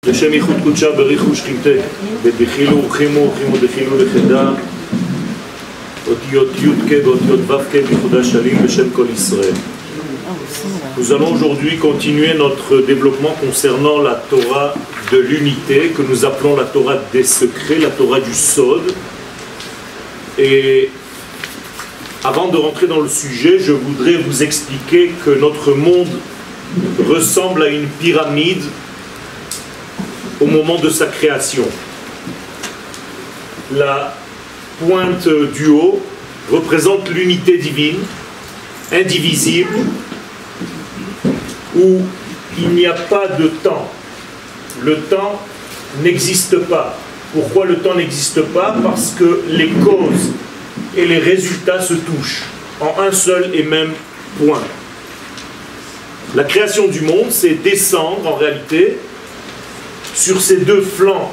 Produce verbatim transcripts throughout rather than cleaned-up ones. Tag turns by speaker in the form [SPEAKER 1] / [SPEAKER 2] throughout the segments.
[SPEAKER 1] לשם ייחוד קודשה בריחו שכינתה, בדחילו ורחימו ורחימו דחילו לחדה, אותיות י' ואותיות ו' בייחודה שלים בשם כל ישראל. Nous allons aujourd'hui continuer notre développement concernant la Torah de l'unité, que nous appelons la Torah des secrets, la Torah du Sod. Et avant de rentrer dans le sujet, je voudrais vous expliquer que notre monde ressemble à une pyramide au moment de sa création. La pointe du haut représente l'unité divine, indivisible, où il n'y a pas de temps. Le temps n'existe pas. Pourquoi le temps n'existe pas? Parce que les causes et les résultats se touchent en un seul et même point. La création du monde, c'est descendre en réalité sur ces deux flancs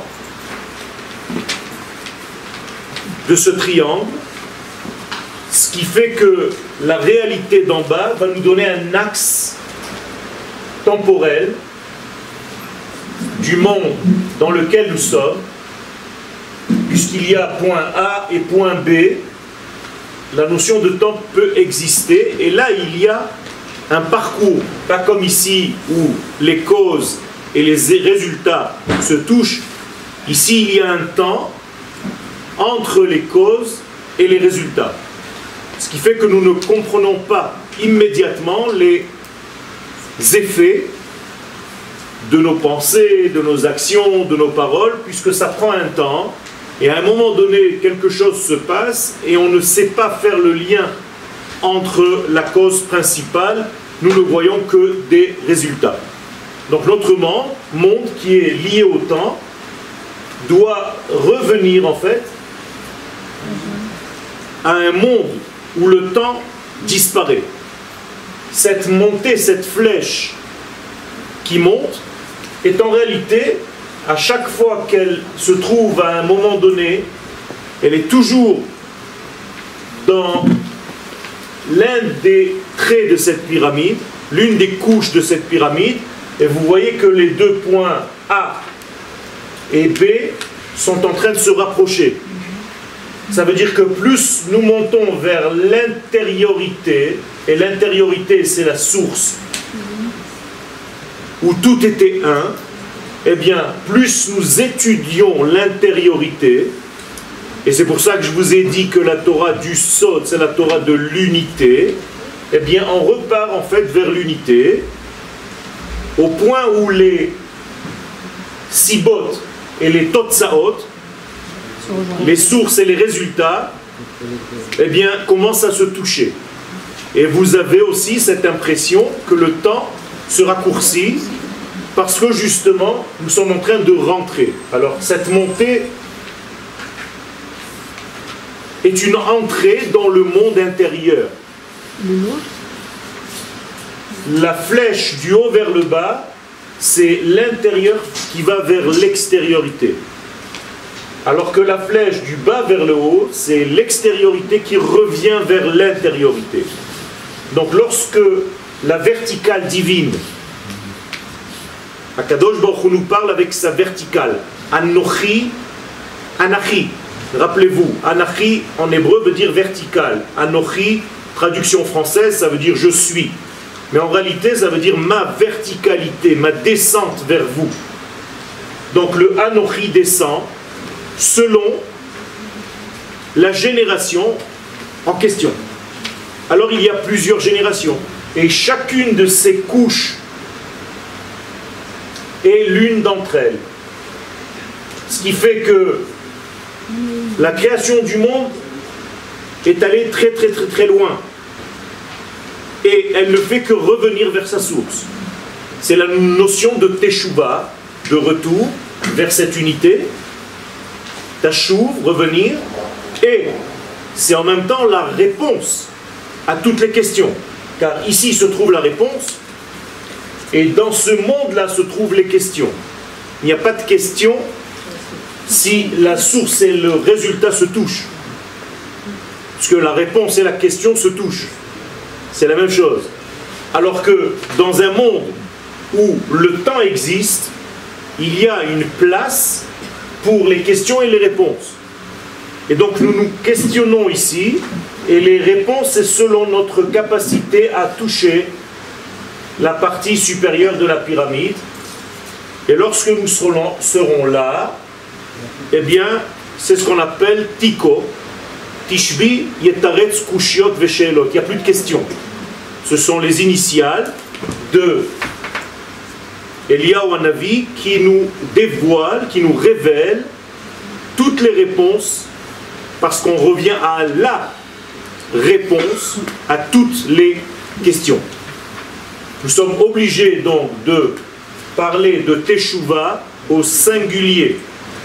[SPEAKER 1] de ce triangle, ce qui fait que la réalité d'en bas va nous donner un axe temporel du monde dans lequel nous sommes, puisqu'il y a point A et point B, la notion de temps peut exister, et là il y a un parcours, pas comme ici où les causes et les résultats se touchent. Ici il y a un temps entre les causes et les résultats, ce qui fait que nous ne comprenons pas immédiatement les effets de nos pensées, de nos actions, de nos paroles, puisque ça prend un temps, et à un moment donné, quelque chose se passe, et on ne sait pas faire le lien entre la cause principale, nous ne voyons que des résultats. Donc notre monde, monde qui est lié au temps, doit revenir en fait à un monde où le temps disparaît. Cette montée, cette flèche qui monte, est en réalité, à chaque fois qu'elle se trouve à un moment donné, elle est toujours dans l'un des traits de cette pyramide, l'une des couches de cette pyramide, et vous voyez que les deux points A et B sont en train de se rapprocher. Ça veut dire que plus nous montons vers l'intériorité, et l'intériorité c'est la source où tout était un, eh bien plus nous étudions l'intériorité, et c'est pour ça que je vous ai dit que la Torah du Sod, c'est la Torah de l'unité, eh bien on repart en fait vers l'unité, au point où les sibot et les totsaot, les sources et les résultats, eh bien, commencent à se toucher. Et vous avez aussi cette impression que le temps se raccourcit parce que justement, nous sommes en train de rentrer. Alors, cette montée est une entrée dans le monde intérieur. La flèche du haut vers le bas, c'est l'intérieur qui va vers l'extériorité. Alors que la flèche du bas vers le haut, c'est l'extériorité qui revient vers l'intériorité. Donc lorsque la verticale divine, Akadosh Baruch Hu nous parle avec sa verticale, Anochi, Anachi, rappelez-vous, Anachi en hébreu veut dire verticale, Anochi, traduction française, ça veut dire je suis. Mais en réalité, ça veut dire ma verticalité, ma descente vers vous. Donc le Anochi descend selon la génération en question. Alors il y a plusieurs générations, et chacune de ces couches est l'une d'entre elles. Ce qui fait que la création du monde est allée très très très très loin, et elle ne fait que revenir vers sa source. C'est la notion de Teshuvah, de retour vers cette unité, Tashuv, revenir, et c'est en même temps la réponse à toutes les questions, car ici se trouve la réponse, et dans ce monde-là se trouvent les questions. Il n'y a pas de question si la source et le résultat se touchent, parce que la réponse et la question se touchent. C'est la même chose. Alors que dans un monde où le temps existe, il y a une place pour les questions et les réponses. Et donc nous nous questionnons ici, et les réponses, c'est selon notre capacité à toucher la partie supérieure de la pyramide. Et lorsque nous serons, serons là, eh bien, c'est ce qu'on appelle Tiko. Tishbi, Yetaretz, Kushiot, Veshelot. Il n'y a plus de questions. Ce sont les initiales de Eliyahu Hanavi qui nous dévoilent, qui nous révèlent toutes les réponses, parce qu'on revient à la réponse à toutes les questions. Nous sommes obligés donc de parler de Teshuvah au singulier.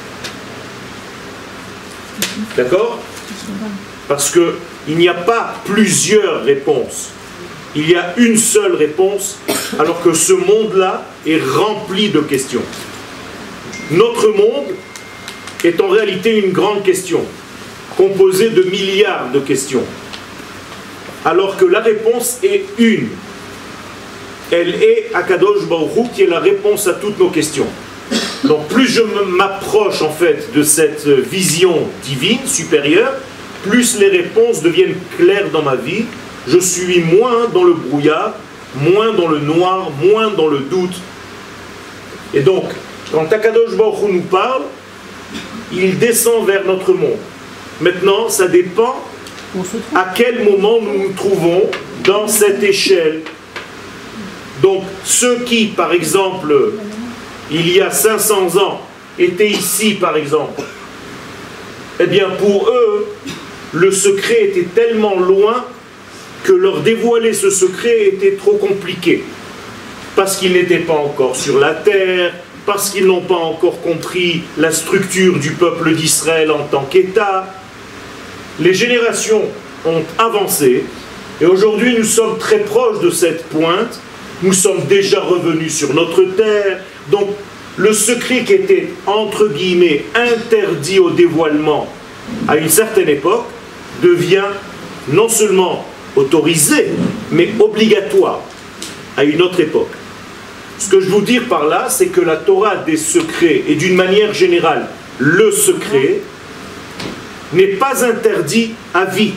[SPEAKER 1] D'accord? Parce qu'il n'y a pas plusieurs réponses. Il y a une seule réponse, alors que ce monde-là est rempli de questions. Notre monde est en réalité une grande question, composée de milliards de questions. Alors que la réponse est une. Elle est Akadosh Baruch Hu, qui est la réponse à toutes nos questions. Donc plus je m'approche en fait de cette vision divine, supérieure, plus les réponses deviennent claires dans ma vie. Je suis moins dans le brouillard, moins dans le noir, moins dans le doute. Et donc, quand Akadosh Baruch Hu nous parle, il descend vers notre monde. Maintenant, ça dépend à quel moment nous nous trouvons dans cette échelle. Donc, ceux qui, par exemple, il y a cinq cents ans, étaient ici, par exemple, eh bien, pour eux, le secret était tellement loin que leur dévoiler ce secret était trop compliqué. Parce qu'ils n'étaient pas encore sur la terre, parce qu'ils n'ont pas encore compris la structure du peuple d'Israël en tant qu'État. Les générations ont avancé, et aujourd'hui nous sommes très proches de cette pointe. Nous sommes déjà revenus sur notre terre. Donc le secret qui était entre guillemets interdit au dévoilement à une certaine époque devient non seulement autorisé mais obligatoire à une autre époque. Ce que je veux dire par là, c'est que la Torah des secrets, et d'une manière générale le secret, n'est pas interdit à vie.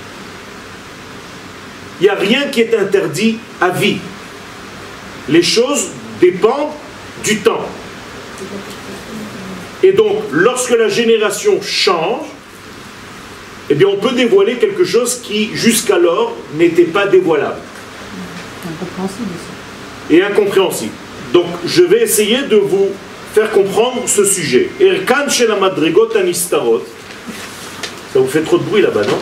[SPEAKER 1] Il n'y a rien qui est interdit à vie. Les choses dépendent du temps. Et donc, lorsque la génération change, eh bien, on peut dévoiler quelque chose qui, jusqu'alors, n'était pas dévoilable.
[SPEAKER 2] Incompréhensible.
[SPEAKER 1] Et incompréhensible. Donc, je vais essayer de vous faire comprendre ce sujet. Erkan shel hamadrigot hanistarot. Ça vous fait trop de bruit là-bas, non?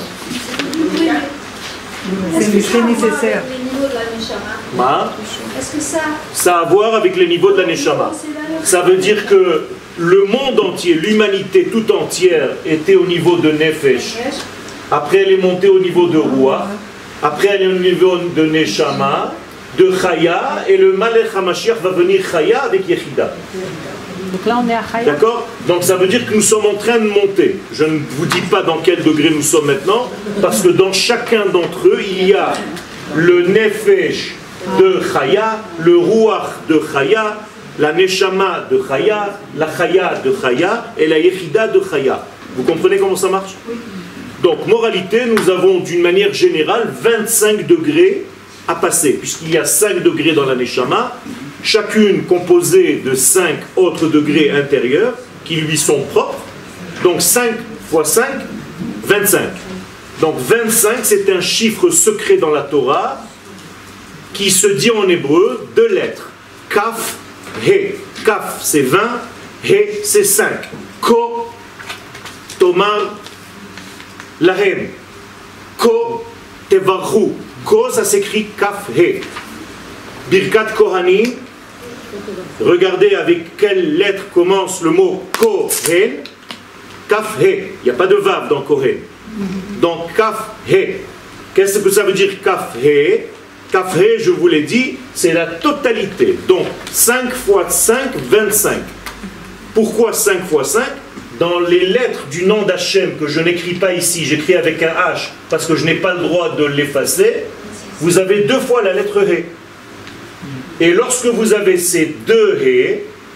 [SPEAKER 2] C'est nécessaire.
[SPEAKER 3] Est-ce que ça...
[SPEAKER 1] Ça a à voir avec les niveaux de la Neshama. Ça veut dire que le monde entier, l'humanité tout entière était au niveau de Nefesh. Après elle est montée au niveau de Ruach. Après elle est au niveau de Neshama, de Chaya. Et le Malech HaMashiach va venir Chaya avec Yechida.
[SPEAKER 2] Donc là on est à Chaya.
[SPEAKER 1] D'accord? Donc ça veut dire que nous sommes en train de monter. Je ne vous dis pas dans quel degré nous sommes maintenant, parce que dans chacun d'entre eux, il y a le Nefesh de Chaya, le Ruach de Chaya, la Neshama de Chaya, la Chaya de Chaya et la Yechida de Chaya. Vous comprenez comment ça marche? Donc, moralité, nous avons d'une manière générale vingt-cinq degrés à passer, puisqu'il y a cinq degrés dans la Neshama, chacune composée de cinq autres degrés intérieurs qui lui sont propres. Donc cinq fois cinq, vingt-cinq. Donc vingt-cinq, c'est un chiffre secret dans la Torah qui se dit en hébreu deux lettres. Kaf, He. Kaf, c'est vingt, He, c'est cinq. Ko, Tomar, Lahem. Ko, Tevarchu. Ko, ça s'écrit Kaf, He. Birkat Kohanim. Regardez avec quelle lettre commence le mot Kohen. Kaf, He. Il n'y a pas de vav dans Kohen. Donc Kaf, He. Qu'est-ce que ça veut dire Kaf, He? Kaf, He, je vous l'ai dit, c'est la totalité. Donc cinq fois cinq, vingt-cinq. Pourquoi cinq fois cinq? Dans les lettres du nom d'Hachem que je n'écris pas ici, j'écris avec un H parce que je n'ai pas le droit de l'effacer, vous avez deux fois la lettre He. Et lorsque vous avez ces deux He,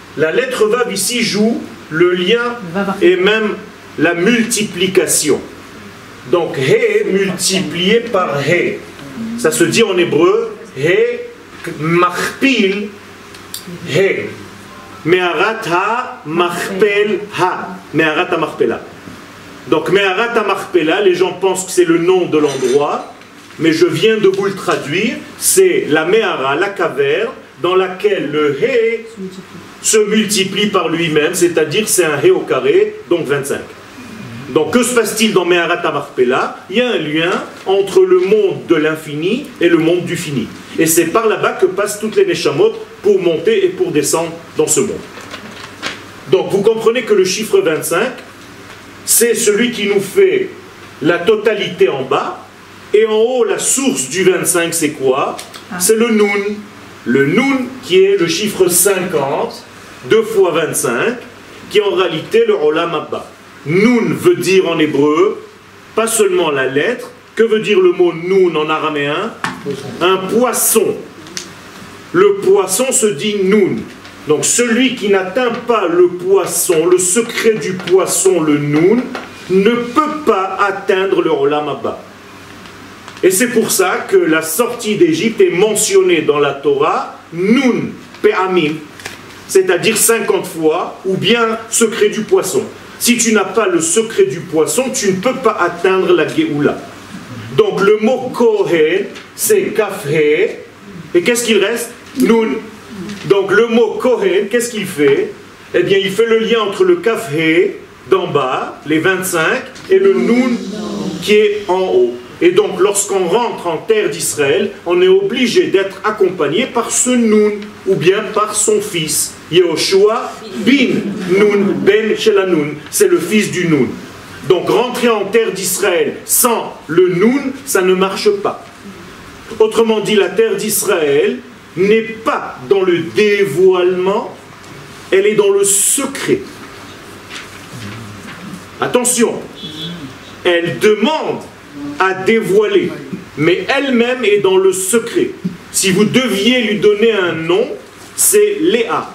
[SPEAKER 1] La lettre Vav ici joue le lien et même la multiplication. Donc He multiplié par He. Ça se dit en hébreu He machpil He. Me'arat ha machpel ha. Me'arat ha machpela. Donc Me'arat ha machpela, les gens pensent que c'est le nom de l'endroit, mais je viens de vous le traduire, c'est la Me'ara, la caverne, dans laquelle le He se multiplie par lui-même, c'est-à-dire c'est un He au carré, donc vingt-cinq. Donc que se passe-t-il dans Me'arat ha-Machpelah? Il y a un lien entre le monde de l'infini et le monde du fini. Et c'est par là-bas que passent toutes les Neshamot pour monter et pour descendre dans ce monde. Donc vous comprenez que le chiffre vingt-cinq, c'est celui qui nous fait la totalité en bas, et en haut, la source du vingt-cinq, c'est quoi? C'est le Nun. Le Nun qui est le chiffre cinquante, deux fois vingt-cinq, qui est en réalité le Olam Abba. Nun veut dire en hébreu, pas seulement la lettre, que veut dire le mot Nun en araméen? Un poisson. Le poisson se dit Nun. Donc celui qui n'atteint pas le poisson, le secret du poisson, le Nun, ne peut pas atteindre le Olam Abba. Et c'est pour ça que la sortie d'Égypte est mentionnée dans la Torah, Nun Pe'amim, c'est-à-dire cinquante fois, ou bien secret du poisson. Si tu n'as pas le secret du poisson, tu ne peux pas atteindre la Géoula. Donc le mot Kohen, c'est Kaf-He, et qu'est-ce qu'il reste? Nun. Donc le mot Kohen, qu'est-ce qu'il fait? Eh bien, il fait le lien entre le Kaf-He d'en bas, les vingt-cinq, et le Nun qui est en haut. Et donc, lorsqu'on rentre en terre d'Israël, on est obligé d'être accompagné par ce Nun, ou bien par son fils. Yehoshua bin Nun, ben Shelanun, c'est le fils du Nun. Donc, rentrer en terre d'Israël sans le Nun, ça ne marche pas. Autrement dit, la terre d'Israël n'est pas dans le dévoilement, elle est dans le secret. Attention, elle demande à dévoiler, mais elle-même est dans le secret. Si vous deviez lui donner un nom, c'est Léa.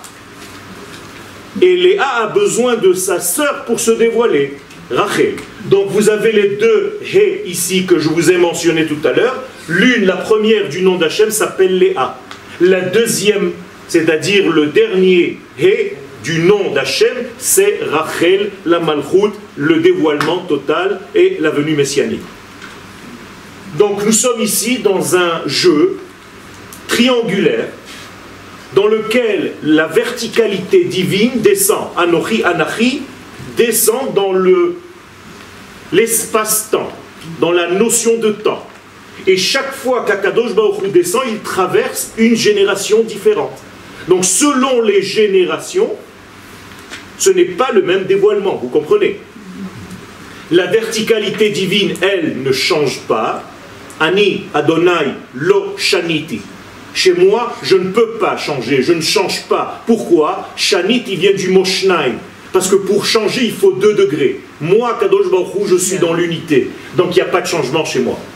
[SPEAKER 1] Et Léa a besoin de sa sœur pour se dévoiler, Rachel. Donc vous avez les deux He ici que je vous ai mentionné tout à l'heure. L'une, la première du nom d'Hachem s'appelle Léa. La deuxième, c'est-à-dire le dernier He du nom d'Hachem, c'est Rachel, la Malchut, le dévoilement total et la venue messianique. Donc nous sommes ici dans un jeu triangulaire dans lequel la verticalité divine descend, Anochi, Anachi, descend dans le, l'espace-temps, dans la notion de temps. Et chaque fois qu'Akadosh Baruch Hu descend, il traverse une génération différente. Donc selon les générations, ce n'est pas le même dévoilement, vous comprenez? La verticalité divine, elle, ne change pas. Ani Adonai lo shaniti. Chez moi, je ne peux pas changer, je ne change pas. Pourquoi? Shaniti vient du mot shnaim. Parce que pour changer, il faut deux degrés. Moi, Kadosh Baruch Hu, je suis dans l'unité. Donc il n'y a pas de changement chez moi.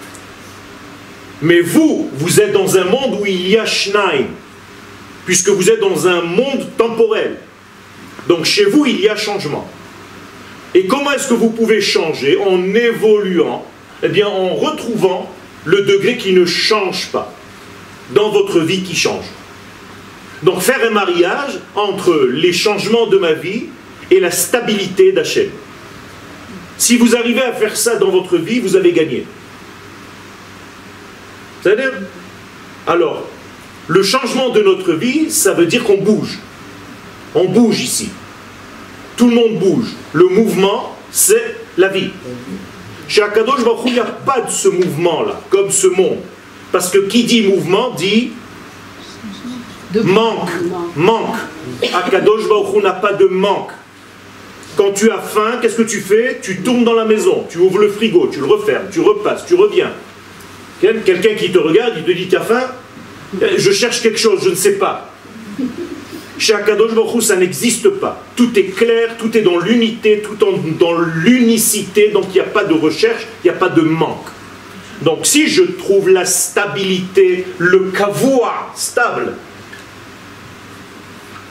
[SPEAKER 1] Mais vous, vous êtes dans un monde où il y a shnaim. Puisque vous êtes dans un monde temporel. Donc chez vous, il y a changement. Et comment est-ce que vous pouvez changer? En évoluant, eh bien en retrouvant le degré qui ne change pas dans votre vie qui change. Donc faire un mariage entre les changements de ma vie et la stabilité d'Hachem. Si vous arrivez à faire ça dans votre vie, vous avez gagné. C'est-à-dire, alors, le changement de notre vie, ça veut dire qu'on bouge. On bouge ici. Tout le monde bouge. Le mouvement, c'est la vie. Chez Akadosh Baruch Hu, il n'y a pas de ce mouvement-là, comme ce monde. Parce que qui dit mouvement, dit manque. Manque. Akadosh Baruch Hu n'a pas de manque. Quand tu as faim, qu'est-ce que tu fais? Tu tournes dans la maison, tu ouvres le frigo, tu le refermes, tu repasses, tu reviens. Quelqu'un qui te regarde, il te dit, tu as faim? Je cherche quelque chose, je ne sais pas. Chez Akadosh Baruch Hu, ça n'existe pas. Tout est clair, tout est dans l'unité, tout en, dans l'unicité, donc il n'y a pas de recherche, il n'y a pas de manque. Donc si je trouve la stabilité, le kavua, stable,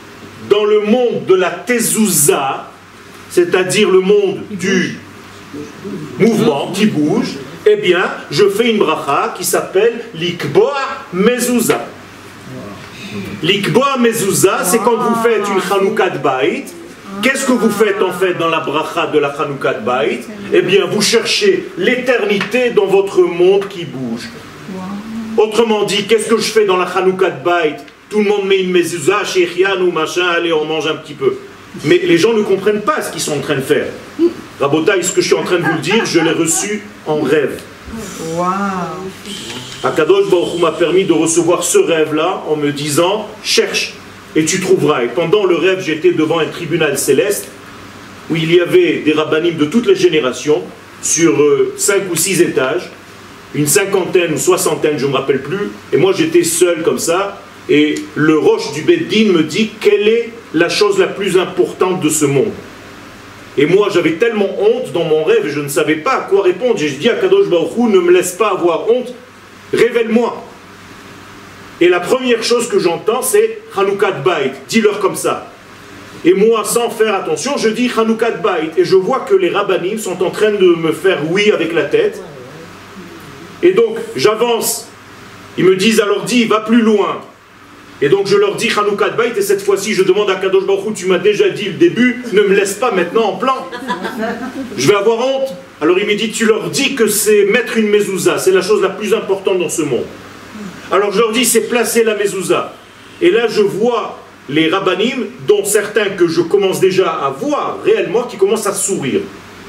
[SPEAKER 1] dans le monde de la tezouza, c'est-à-dire le monde du mouvement qui bouge, eh bien, je fais une bracha qui s'appelle l'ikboa mezouza. L'ikboa mezouza, c'est quand vous faites une chanoukat bait. Qu'est-ce que vous faites en fait dans la bracha de la chanoukat bait? Eh bien, vous cherchez l'éternité dans votre monde qui bouge. Autrement dit, qu'est-ce que je fais dans la chanoukat bait? Tout le monde met une mezouza, shechian ou machin, allez, on mange un petit peu. Mais les gens ne comprennent pas ce qu'ils sont en train de faire. Rabotaï, ce que je suis en train de vous le dire, je l'ai reçu en rêve.
[SPEAKER 2] Wow.
[SPEAKER 1] Akadosh Baruch Hu m'a permis de recevoir ce rêve-là en me disant « Cherche et tu trouveras ». Et pendant le rêve, j'étais devant un tribunal céleste où il y avait des rabbanim de toutes les générations sur euh, cinq ou six étages, une cinquantaine ou soixantaine, je ne me rappelle plus. Et moi, j'étais seul comme ça. Et le roche du Beddin me dit « Quelle est la chose la plus importante de ce monde ?» Et moi, j'avais tellement honte dans mon rêve, et je ne savais pas à quoi répondre. J'ai dit à Kadosh Baruch Hu, ne me laisse pas avoir honte, révèle-moi. Et la première chose que j'entends, c'est Chanoukat Bait, dis-leur comme ça. Et moi, sans faire attention, je dis Chanoukat Bait, et je vois que les rabbanim sont en train de me faire oui avec la tête. Et donc, j'avance. Ils me disent, alors dis, va plus loin. Et donc je leur dis Chanoukat Bait, et cette fois-ci je demande à Kadosh Baruch Hu, tu m'as déjà dit le début, ne me laisse pas maintenant en plan. Je vais avoir honte. Alors il me dit, tu leur dis que c'est mettre une mezouza, c'est la chose la plus importante dans ce monde. Alors je leur dis, c'est placer la mezouza. Et là je vois les rabbanim, dont certains que je commence déjà à voir réellement, qui commencent à sourire.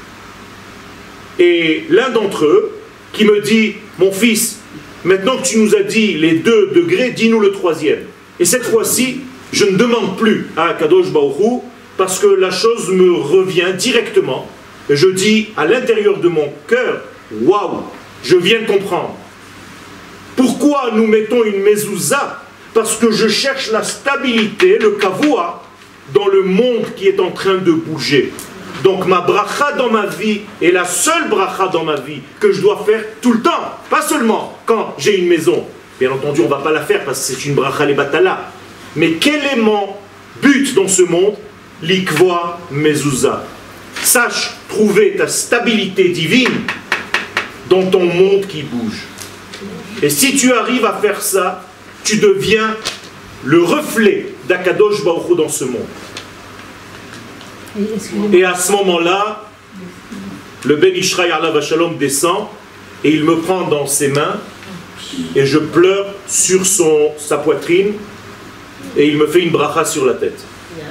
[SPEAKER 1] Et l'un d'entre eux, qui me dit, mon fils, maintenant que tu nous as dit les deux degrés, dis-nous le troisième. Et cette fois-ci, je ne demande plus à Kadosh Baruch Hu, parce que la chose me revient directement. Et je dis à l'intérieur de mon cœur, waouh, je viens de comprendre. Pourquoi nous mettons une mezouza? Parce que je cherche la stabilité, le kavua, dans le monde qui est en train de bouger. Donc ma bracha dans ma vie est la seule bracha dans ma vie que je dois faire tout le temps, pas seulement quand j'ai une maison. Bien entendu, on ne va pas la faire parce que c'est une bracha les batala. Mais quel est mon but dans ce monde? L'ikvoa mezouza. Sache trouver ta stabilité divine dans ton monde qui bouge. Et si tu arrives à faire ça, tu deviens le reflet d'Akadosh Baruch Hu dans ce monde. Et à ce moment-là, le Ben Ishraï Alav Shalom descend et il me prend dans ses mains et je pleure sur son, sa poitrine et il me fait une bracha sur la tête.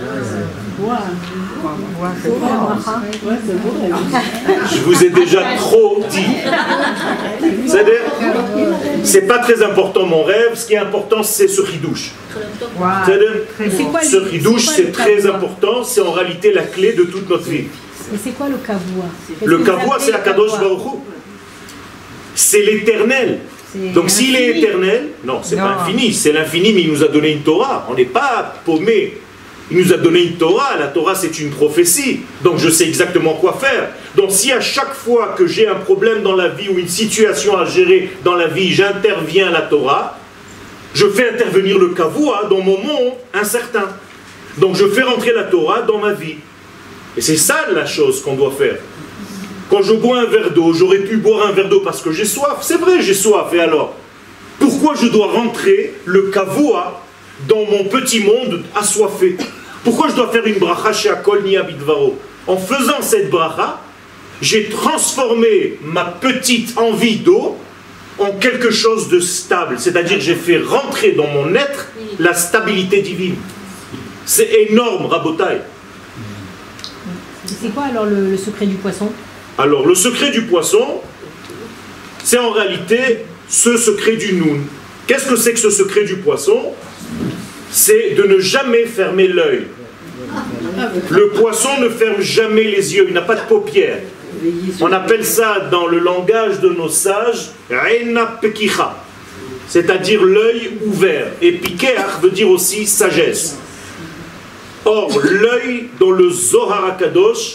[SPEAKER 1] Je vous ai déjà trop dit. C'est-à-dire, c'est pas très important mon rêve, ce qui est important c'est ce chidouche. C'est-à-dire, ce chidouche c'est très important, c'est en réalité la clé de toute notre vie.
[SPEAKER 2] Et c'est quoi le kavua?
[SPEAKER 1] Le kavua c'est Akadosh Baruch Hu. C'est l'éternel. Donc s'il est éternel, non, c'est pas infini, c'est l'infini, mais il nous a donné une Torah. On n'est pas paumé. Il nous a donné une Torah, la Torah c'est une prophétie, donc je sais exactement quoi faire. Donc si à chaque fois que j'ai un problème dans la vie ou une situation à gérer dans la vie, j'interviens à la Torah, je fais intervenir le kavua dans mon monde incertain. Donc je fais rentrer la Torah dans ma vie. Et c'est ça la chose qu'on doit faire. Quand je bois un verre d'eau, j'aurais pu boire un verre d'eau parce que j'ai soif. C'est vrai, j'ai soif. Et alors, pourquoi je dois rentrer le kavua dans mon petit monde assoiffé? Pourquoi je dois faire une bracha chez Akol Ni Abidvaro? En faisant cette bracha, j'ai transformé ma petite envie d'eau en quelque chose de stable. C'est-à-dire j'ai fait rentrer dans mon être la stabilité divine. C'est énorme, Rabotai.
[SPEAKER 2] C'est quoi alors le, le secret du poisson?
[SPEAKER 1] Alors le secret du poisson, c'est en réalité ce secret du Noun. Qu'est-ce que c'est que ce secret du poisson? C'est de ne jamais fermer l'œil. Le poisson ne ferme jamais les yeux, il n'a pas de paupières. On appelle ça dans le langage de nos sages Reina Pekicha, c'est-à-dire l'œil ouvert. Et Pikeach veut dire aussi sagesse. Or, l'œil dans le Zohar HaKadosh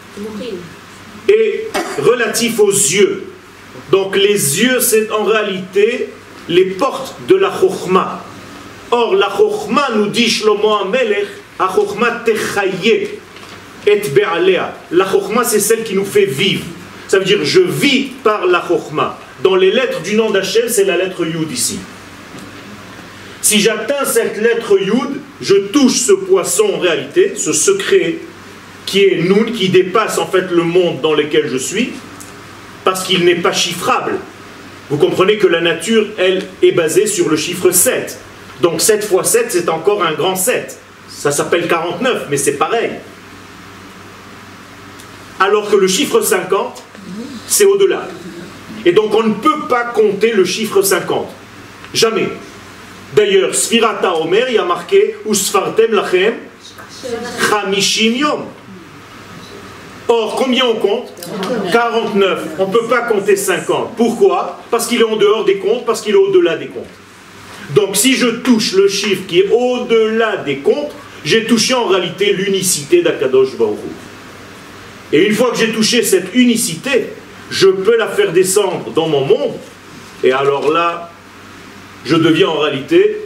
[SPEAKER 1] est relatif aux yeux. Donc les yeux, c'est en réalité les portes de la Chokhmah. Or, la Chokhmah, nous dit Shlomo HaMelech, Achokma techaye et be'alea. La chokma, c'est celle qui nous fait vivre. Ça veut dire je vis par la chokma. Dans les lettres du nom d'Hachem, c'est la lettre Yud ici. Si j'atteins cette lettre Yud, je touche ce poisson en réalité, ce secret qui est Nun, qui dépasse en fait le monde dans lequel je suis, parce qu'il n'est pas chiffrable. Vous comprenez que la nature, elle, est basée sur le chiffre sept. Donc sept fois sept, c'est encore un grand sept. Ça s'appelle quarante-neuf, mais c'est pareil. Alors que le chiffre cinquante, c'est au-delà. Et donc on ne peut pas compter le chiffre cinquante. Jamais. D'ailleurs, Sfirata Omer, il y a marqué Usfartem lachem chamishim yom. Or, combien on compte? quarante-neuf. On ne peut pas compter cinquante. Pourquoi? Parce qu'il est en dehors des comptes, parce qu'il est au-delà des comptes. Donc, si je touche le chiffre qui est au-delà des comptes, j'ai touché en réalité l'unicité d'Akadosh Baruch Hu. Et une fois que j'ai touché cette unicité, je peux la faire descendre dans mon monde. Et alors là, je deviens en réalité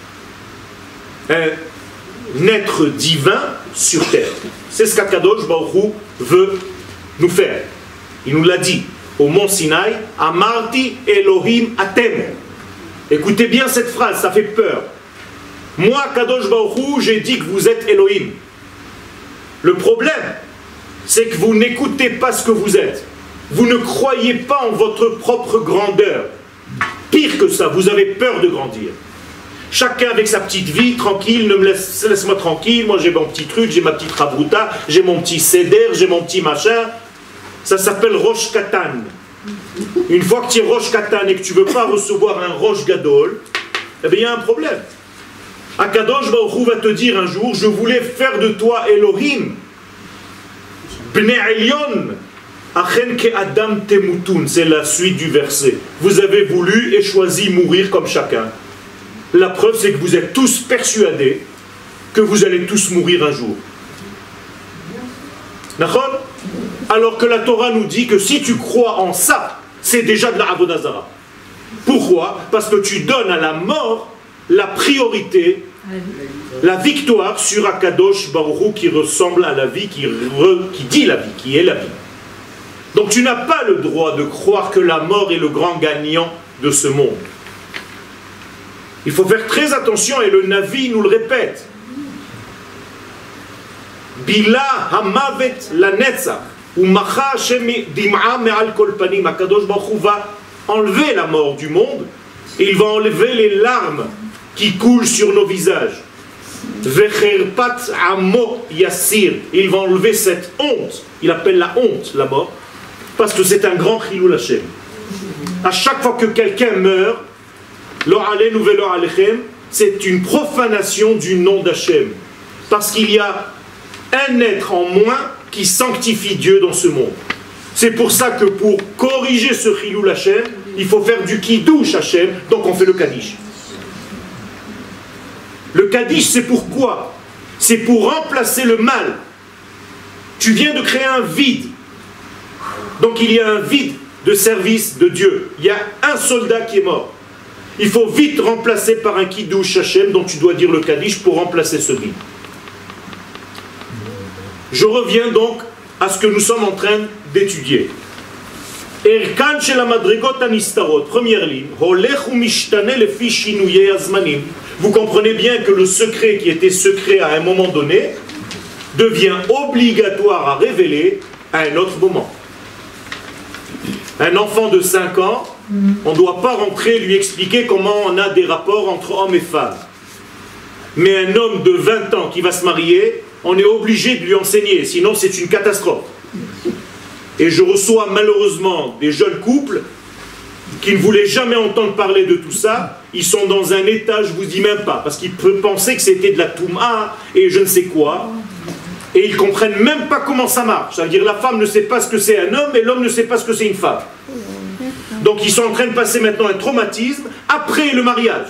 [SPEAKER 1] un être divin sur terre. C'est ce qu'Akadosh Baruch Hu veut nous faire. Il nous l'a dit au mont Sinaï, Amarti Elohim Atem. Écoutez bien cette phrase, ça fait peur. Moi, Kadosh Baruch Hu, j'ai dit que vous êtes Elohim. Le problème, c'est que vous n'écoutez pas ce que vous êtes. Vous ne croyez pas en votre propre grandeur. Pire que ça, vous avez peur de grandir. Chacun avec sa petite vie, tranquille, ne me laisse, laisse-moi tranquille, moi j'ai mon petit truc, j'ai ma petite rabrouta, j'ai mon petit seder, j'ai mon petit machin. Ça s'appelle Rosh Katan. Une fois que tu es Rosh Katan et que tu ne veux pas recevoir un Rosh Gadol, eh bien il y a un problème. Akadosh Baruch Hu va te dire un jour, je voulais faire de toi Elohim. Bnei Elyon. Achen ke Adam temutun, c'est la suite du verset. Vous avez voulu et choisi mourir comme chacun. La preuve, c'est que vous êtes tous persuadés que vous allez tous mourir un jour. D'accord? Alors que la Torah nous dit que si tu crois en ça, c'est déjà de la Avodah Zara. Pourquoi? Parce que tu donnes à la mort la priorité, la victoire sur Akadosh Baruch Hu qui ressemble à la vie, qui, re, qui dit la vie, qui est la vie. Donc tu n'as pas le droit de croire que la mort est le grand gagnant de ce monde. Il faut faire très attention, et le Navi nous le répète. Bila hamavet la netzach, ou macha Hashem dim'a me'al kol panim. Akadosh Baruch Hu va enlever la mort du monde, et il va enlever les larmes qui coulent sur nos visages. Vecherpat amo yassir. Il va enlever cette honte. Il appelle la honte la mort, parce que c'est un grand chilul Hashem. À chaque fois que quelqu'un meurt, c'est une profanation du nom d'Hachem. Parce qu'il y a un être en moins qui sanctifie Dieu dans ce monde. C'est pour ça que pour corriger ce chilul Hachem, il faut faire du kiddush Hachem, donc on fait le kaddish. Le kaddish, c'est pourquoi? C'est pour remplacer le mal. Tu viens de créer un vide. Donc il y a un vide de service de Dieu. Il y a un soldat qui est mort. Il faut vite remplacer par un kiddush Hashem, dont tu dois dire le kaddish pour remplacer ce vide. Je reviens donc à ce que nous sommes en train d'étudier. Erkan shel hamadrigot hanistarot, première ligne. Holech umishtane lefi shinuyei hazmanim. Vous comprenez bien que le secret qui était secret à un moment donné devient obligatoire à révéler à un autre moment. Un enfant de cinq ans, on ne doit pas rentrer et lui expliquer comment on a des rapports entre hommes et femmes. Mais un homme de vingt ans qui va se marier, on est obligé de lui enseigner, sinon c'est une catastrophe. Et je reçois malheureusement des jeunes couples qui ne voulaient jamais entendre parler de tout ça. Ils sont dans un état, je ne vous dis même pas, parce qu'ils pensaient que c'était de la touma et je ne sais quoi. Et ils ne comprennent même pas comment ça marche. Ça veut dire la femme ne sait pas ce que c'est un homme et l'homme ne sait pas ce que c'est une femme. Donc ils sont en train de passer maintenant un traumatisme après le mariage.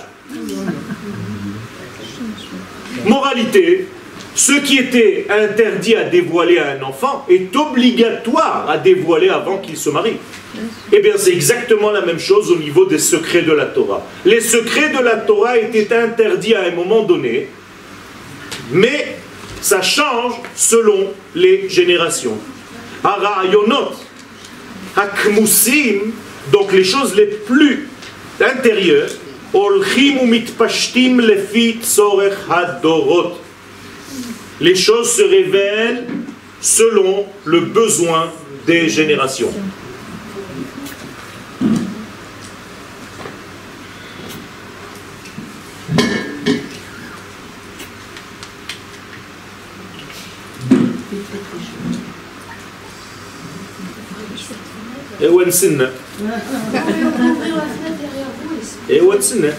[SPEAKER 1] Moralité, ce qui était interdit à dévoiler à un enfant est obligatoire à dévoiler avant qu'il se marie. Eh bien c'est exactement la même chose au niveau des secrets de la Torah. Les secrets de la Torah étaient interdits à un moment donné, mais ça change selon les générations. Harayonot, hakmusim, donc les choses les plus intérieures, olchim ou mitpashtim lefi tzorech hadorot. Les choses se révèlent selon le besoin des générations. Et où est-ce que Et où est-ce que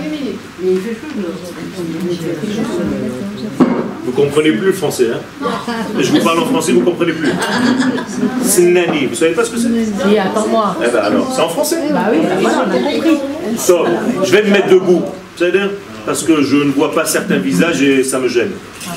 [SPEAKER 1] vous comprenez plus le français, hein? Je vous parle en français, vous comprenez plus. Sinani, vous savez pas ce que c'est?
[SPEAKER 2] Oui, attends-moi.
[SPEAKER 1] Eh ben alors, c'est en français?
[SPEAKER 2] Bah oui, bah voilà, on a compris.
[SPEAKER 1] So, je vais me mettre debout, vous savez, parce que je ne vois pas certains visages et ça me gêne.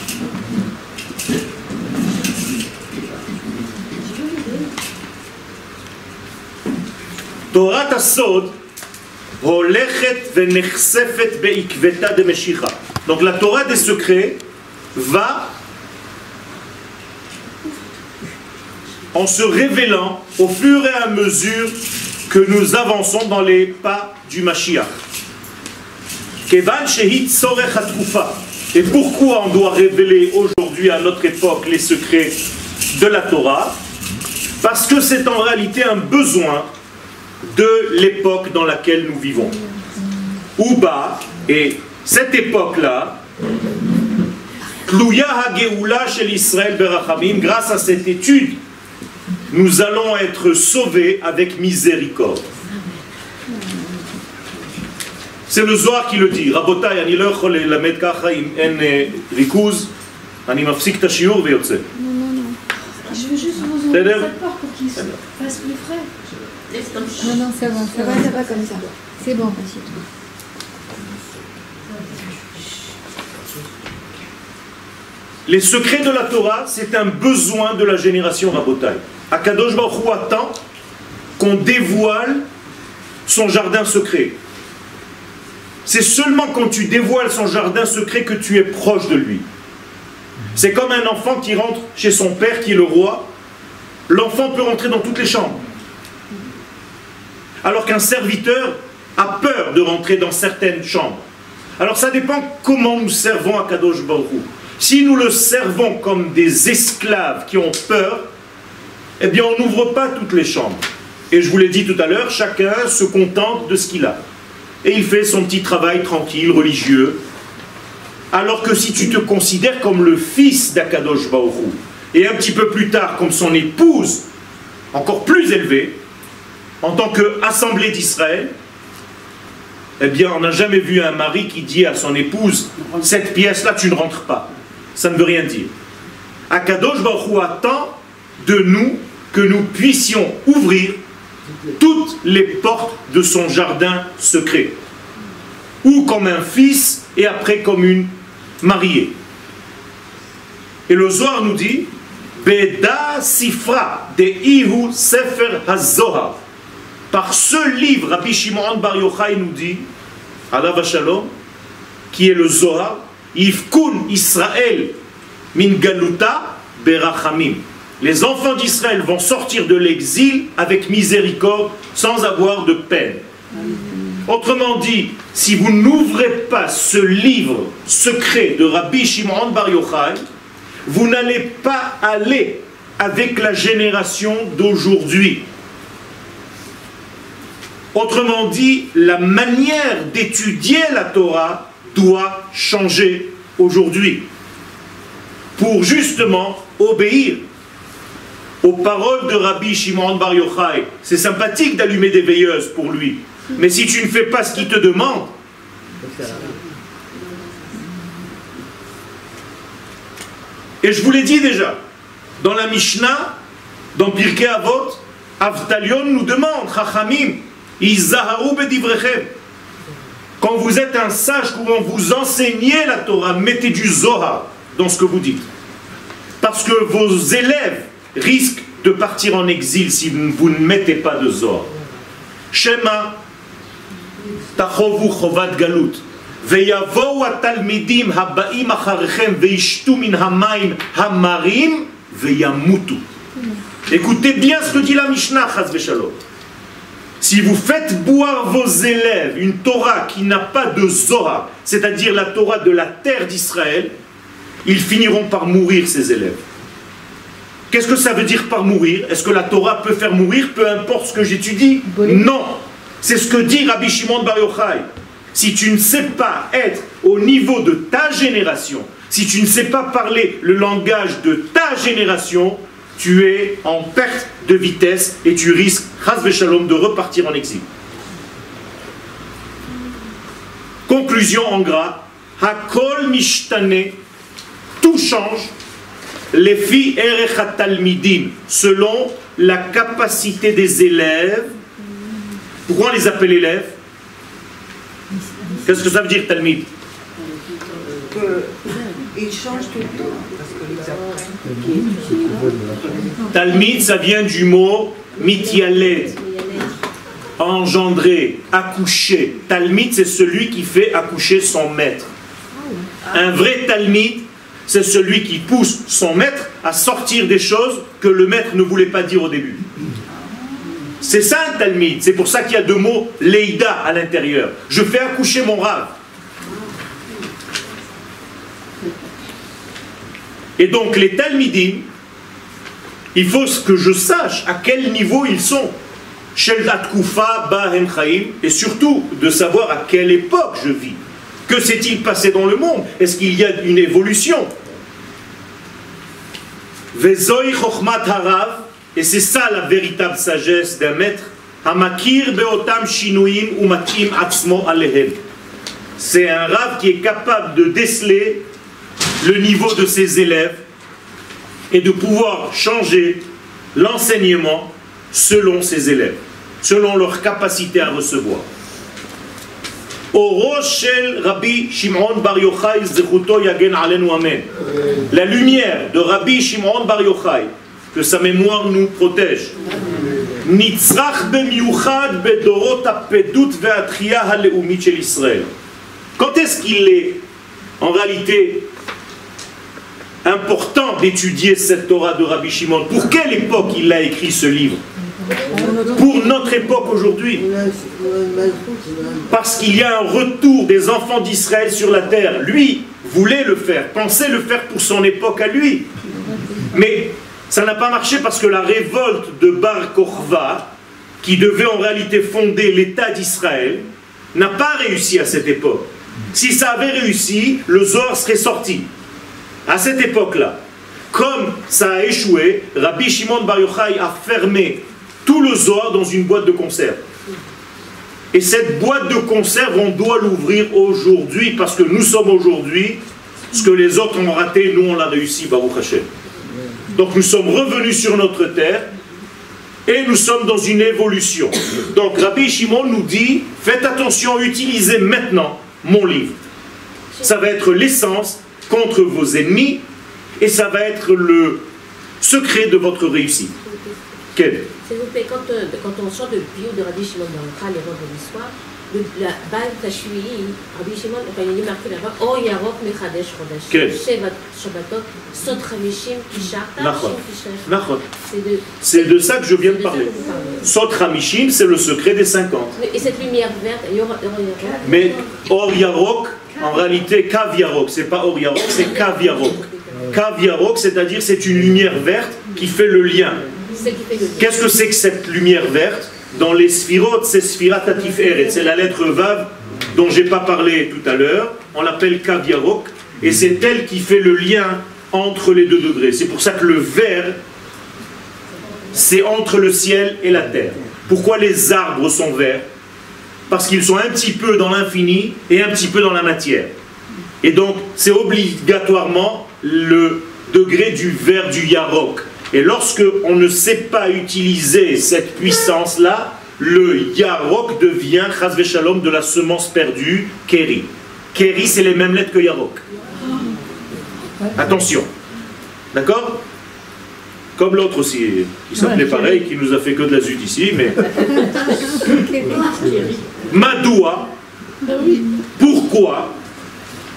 [SPEAKER 1] Torah Asod holechet venechsefet beikveta de Meshicha. Donc la Torah des secrets va en se révélant au fur et à mesure que nous avançons dans les pas du Mashiach. Kevan shehit sorech hatkufa. Et pourquoi on doit révéler aujourd'hui à notre époque les secrets de la Torah? Parce que c'est en réalité un besoin de l'époque dans laquelle nous vivons. Ouba, et cette époque-là, grâce à cette étude, nous allons être sauvés avec miséricorde. C'est le Zohar qui le dit. Rabotai, ani lo yachol lelamed kacha im en rikuz, ani mafsik ta shiur veyotze.
[SPEAKER 3] Non, non, non. Je veux juste vous ouvrir cette porte pour qu'il se fasse plus frais.
[SPEAKER 2] Non, non, c'est bon, c'est
[SPEAKER 3] Ça
[SPEAKER 2] bon.
[SPEAKER 3] va, ça va comme ça.
[SPEAKER 2] C'est bon.
[SPEAKER 1] Les secrets de la Torah, c'est un besoin de la génération Rabotai. Akadosh Baruch Hu attend qu'on dévoile son jardin secret. C'est seulement quand tu dévoiles son jardin secret que tu es proche de lui. C'est comme un enfant qui rentre chez son père qui est le roi. L'enfant peut rentrer dans toutes les chambres. Alors qu'un serviteur a peur de rentrer dans certaines chambres. Alors ça dépend comment nous servons à Kadosh Baruch Hu. Si nous le servons comme des esclaves qui ont peur, eh bien on n'ouvre pas toutes les chambres. Et je vous l'ai dit tout à l'heure, chacun se contente de ce qu'il a. Et il fait son petit travail tranquille, religieux. Alors que si tu te considères comme le fils d'Akadosh Baruch Hu, et un petit peu plus tard comme son épouse, encore plus élevée, en tant qu'assemblée d'Israël, eh bien, on n'a jamais vu un mari qui dit à son épouse « Cette pièce-là, tu ne rentres pas. » Ça ne veut rien dire. Akadosh Baruch Hu attend de nous que nous puissions ouvrir toutes les portes de son jardin secret. Ou comme un fils et après comme une mariée. Et le Zohar nous dit « Beda sifra de ihu sefer hazohar » Par ce livre, Rabbi Shimon Bar Yochai nous dit, Alav Shalom, qui est le Zohar, Yifkun Israël min galuta berachamim. Les enfants d'Israël vont sortir de l'exil avec miséricorde, sans avoir de peine. Autrement dit, si vous n'ouvrez pas ce livre secret de Rabbi Shimon Bar Yochai, vous n'allez pas aller avec la génération d'aujourd'hui. Autrement dit, la manière d'étudier la Torah doit changer aujourd'hui pour justement obéir aux paroles de Rabbi Shimon Bar Yochai. C'est sympathique d'allumer des veilleuses pour lui, mais si tu ne fais pas ce qu'il te demande, et je vous l'ai dit déjà, dans la Mishnah, dans Pirkei Avot, Avtalion nous demande, Chachamim, Izaharu bedivrechem. Quand vous êtes un sage, quand vous enseignez la Torah, mettez du Zohar dans ce que vous dites. Parce que vos élèves risquent de partir en exil si vous ne mettez pas de Zohar. Shema tachovu chovat galut ויבואו התלמידים הבאים אחריכם וישתו מן המים המרים וימותו. Écoutez bien ce que dit la Mishnah, chas v'shalom. Si vous faites boire vos élèves une Torah qui n'a pas de Zohar, c'est-à-dire la Torah de la terre d'Israël, ils finiront par mourir, ces élèves. Qu'est-ce que ça veut dire par mourir? Est-ce que la Torah peut faire mourir, peu importe ce que j'étudie? Non. C'est ce que dit Rabbi Shimon Bar Yochai. Si tu ne sais pas être au niveau de ta génération, si tu ne sais pas parler le langage de ta génération, tu es en perte de vitesse et tu risques, chas v'shalom, de repartir en exil. Conclusion en gras, Hakol mishtane, tout change, les filles erech hatalmidim, selon la capacité des élèves. Pourquoi on les appelle élèves? Qu'est-ce que ça veut dire talmid?
[SPEAKER 4] Ils changent tout le temps.
[SPEAKER 1] Talmid, ça vient du mot mityaled, engendrer, accoucher. Talmid, c'est celui qui fait accoucher son maître. Un vrai talmid, c'est celui qui pousse son maître à sortir des choses que le maître ne voulait pas dire au début. C'est ça un talmid. C'est pour ça qu'il y a deux mots leïda à l'intérieur. Je fais accoucher mon rav. Et donc les talmidim, il faut que je sache à quel niveau ils sont. Shel Atkufa Bahem Chaim, et surtout de savoir à quelle époque je vis. Que s'est-il passé dans le monde? Est-ce qu'il y a une évolution? Vezoi Chochmat Harav, et c'est ça la véritable sagesse d'un maître. Hamakir Beotam Shinuim Umakim Atzmo Alehem. C'est un rav qui est capable de déceler le niveau de ses élèves et de pouvoir changer l'enseignement selon ses élèves, selon leur capacité à recevoir. Au Rochel Rabbi Shimon Bar Yochai Zechuto Yagen Alenu Amen. La lumière de Rabbi Shimon Bar Yochai, que sa mémoire nous protège. Nitzrach bemiuchad bedorot apedut ve'atria haleumit shel Israël. Quand est-ce qu'il est en réalité important d'étudier cette Torah de Rabbi Shimon? Pour quelle époque il a écrit ce livre? Pour notre époque aujourd'hui. Parce qu'il y a un retour des enfants d'Israël sur la terre. Lui voulait le faire, pensait le faire pour son époque à lui. Mais ça n'a pas marché parce que la révolte de Bar Kokhba, qui devait en réalité fonder l'État d'Israël, n'a pas réussi à cette époque. Si ça avait réussi, le Zohar serait sorti. À cette époque-là, comme ça a échoué, Rabbi Shimon Bar Yochai a fermé tout le Zohar dans une boîte de conserve. Et cette boîte de conserve, on doit l'ouvrir aujourd'hui, parce que nous sommes aujourd'hui, ce que les autres ont raté, nous on l'a réussi, Baruch Hashem. Donc nous sommes revenus sur notre terre, et nous sommes dans une évolution. Donc Rabbi Shimon nous dit, faites attention, utilisez maintenant mon livre. Ça va être l'essence contre vos ennemis, et ça va être le secret de votre réussite. Quel?
[SPEAKER 5] S'il vous plaît, quand, euh, quand on chante le bio de Rabbi Shimon Bar Yochai les vendredis soirs, la Baal Tashui, Rabbi Shimon, enfin il est marqué là-bas, O Yarok Mechadesh Rodashim, Shevat Shabbatot, Sot Hamishim, Kisharta,
[SPEAKER 1] C'est de ça que je viens de parler. Sot Hamishim, c'est le secret des cinquante.
[SPEAKER 5] Et cette lumière verte,
[SPEAKER 1] mais Or Yarok, en réalité, Kav Yarok, c'est pas Or Yarok, c'est Kav Yarok. Kav Yarok, c'est-à-dire c'est une lumière verte qui fait le lien. Qu'est-ce que c'est que cette lumière verte? Dans les Sphirot, c'est Sphirat Atif Eret, c'est la lettre Vav dont j'ai pas parlé tout à l'heure, on l'appelle Kav Yarok, et c'est elle qui fait le lien entre les deux degrés. C'est pour ça que le vert, c'est entre le ciel et la terre. Pourquoi les arbres sont verts? Parce qu'ils sont un petit peu dans l'infini et un petit peu dans la matière. Et donc, c'est obligatoirement le degré du vert du Yarok. Et lorsque on ne sait pas utiliser cette puissance-là, le Yarok devient, chas v'shalom, de la semence perdue, Keri. Keri, c'est les mêmes lettres que Yarok. Attention. D'accord? Comme l'autre aussi, qui s'appelait pareil, qui nous a fait que de la zut ici, mais... Madoua, pourquoi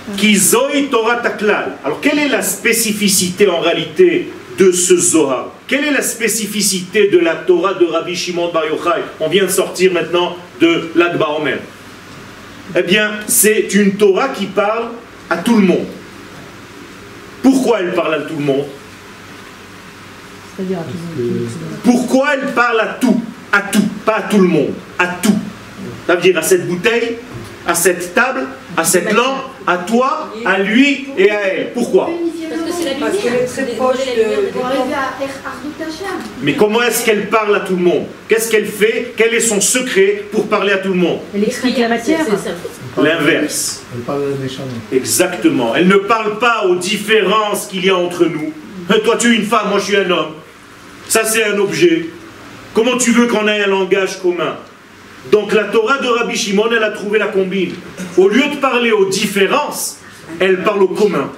[SPEAKER 1] Ki zoi Torah taklal. Alors, quelle est la spécificité en réalité de ce Zohar? Quelle est la spécificité de la Torah de Rabbi Shimon Bar Yochai? On vient de sortir maintenant de l'Ag Baomer. Eh bien, c'est une Torah qui parle à tout le monde. Pourquoi elle parle à tout le monde?
[SPEAKER 2] C'est-à-dire à tout le monde.
[SPEAKER 1] Pourquoi elle parle à tout? À tout, pas à tout le monde, à tout. Ça veut dire à cette bouteille, à cette table, à cette lampe, à toi, à lui et à elle. Pourquoi?
[SPEAKER 5] Parce que c'est la
[SPEAKER 4] Parce qu'elle est très proche de...
[SPEAKER 3] Pour arriver à Er Ardut Hashem.
[SPEAKER 1] Mais comment est-ce qu'elle parle à tout le monde? Qu'est-ce qu'elle fait? Quel est son secret pour parler à tout le monde?
[SPEAKER 2] Elle explique la matière.
[SPEAKER 1] L'inverse.
[SPEAKER 6] Elle parle de Neshama.
[SPEAKER 1] Exactement. Elle ne parle pas aux différences qu'il y a entre nous. Toi tu es une femme, moi je suis un homme. Ça c'est un objet. Comment tu veux qu'on ait un langage commun? Donc la Torah de Rabbi Shimon, elle a trouvé la combine. Au lieu de parler aux différences, elle parle au commun.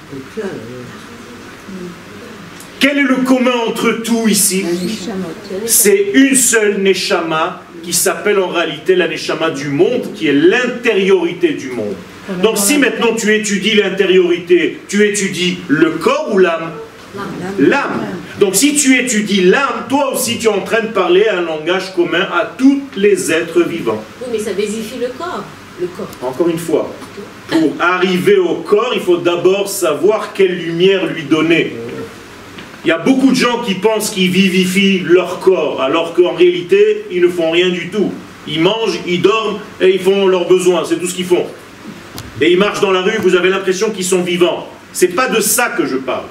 [SPEAKER 1] Quel est le commun entre tout ici? C'est une seule Neshama qui s'appelle en réalité la Neshama du monde, qui est l'intériorité du monde. Donc si maintenant tu étudies l'intériorité, tu étudies le corps ou l'âme? L'âme. Donc si tu étudies l'âme, toi aussi tu es en train de parler un langage commun à tous les êtres vivants.
[SPEAKER 5] Oui, mais ça vérifie le corps. Le corps.
[SPEAKER 1] Encore une fois, pour arriver au corps, il faut d'abord savoir quelle lumière lui donner. Il y a beaucoup de gens qui pensent qu'ils vivifient leur corps, alors qu'en réalité, ils ne font rien du tout. Ils mangent, ils dorment et ils font leurs besoins, c'est tout ce qu'ils font. Et ils marchent dans la rue, vous avez l'impression qu'ils sont vivants. C'est pas de ça que je parle.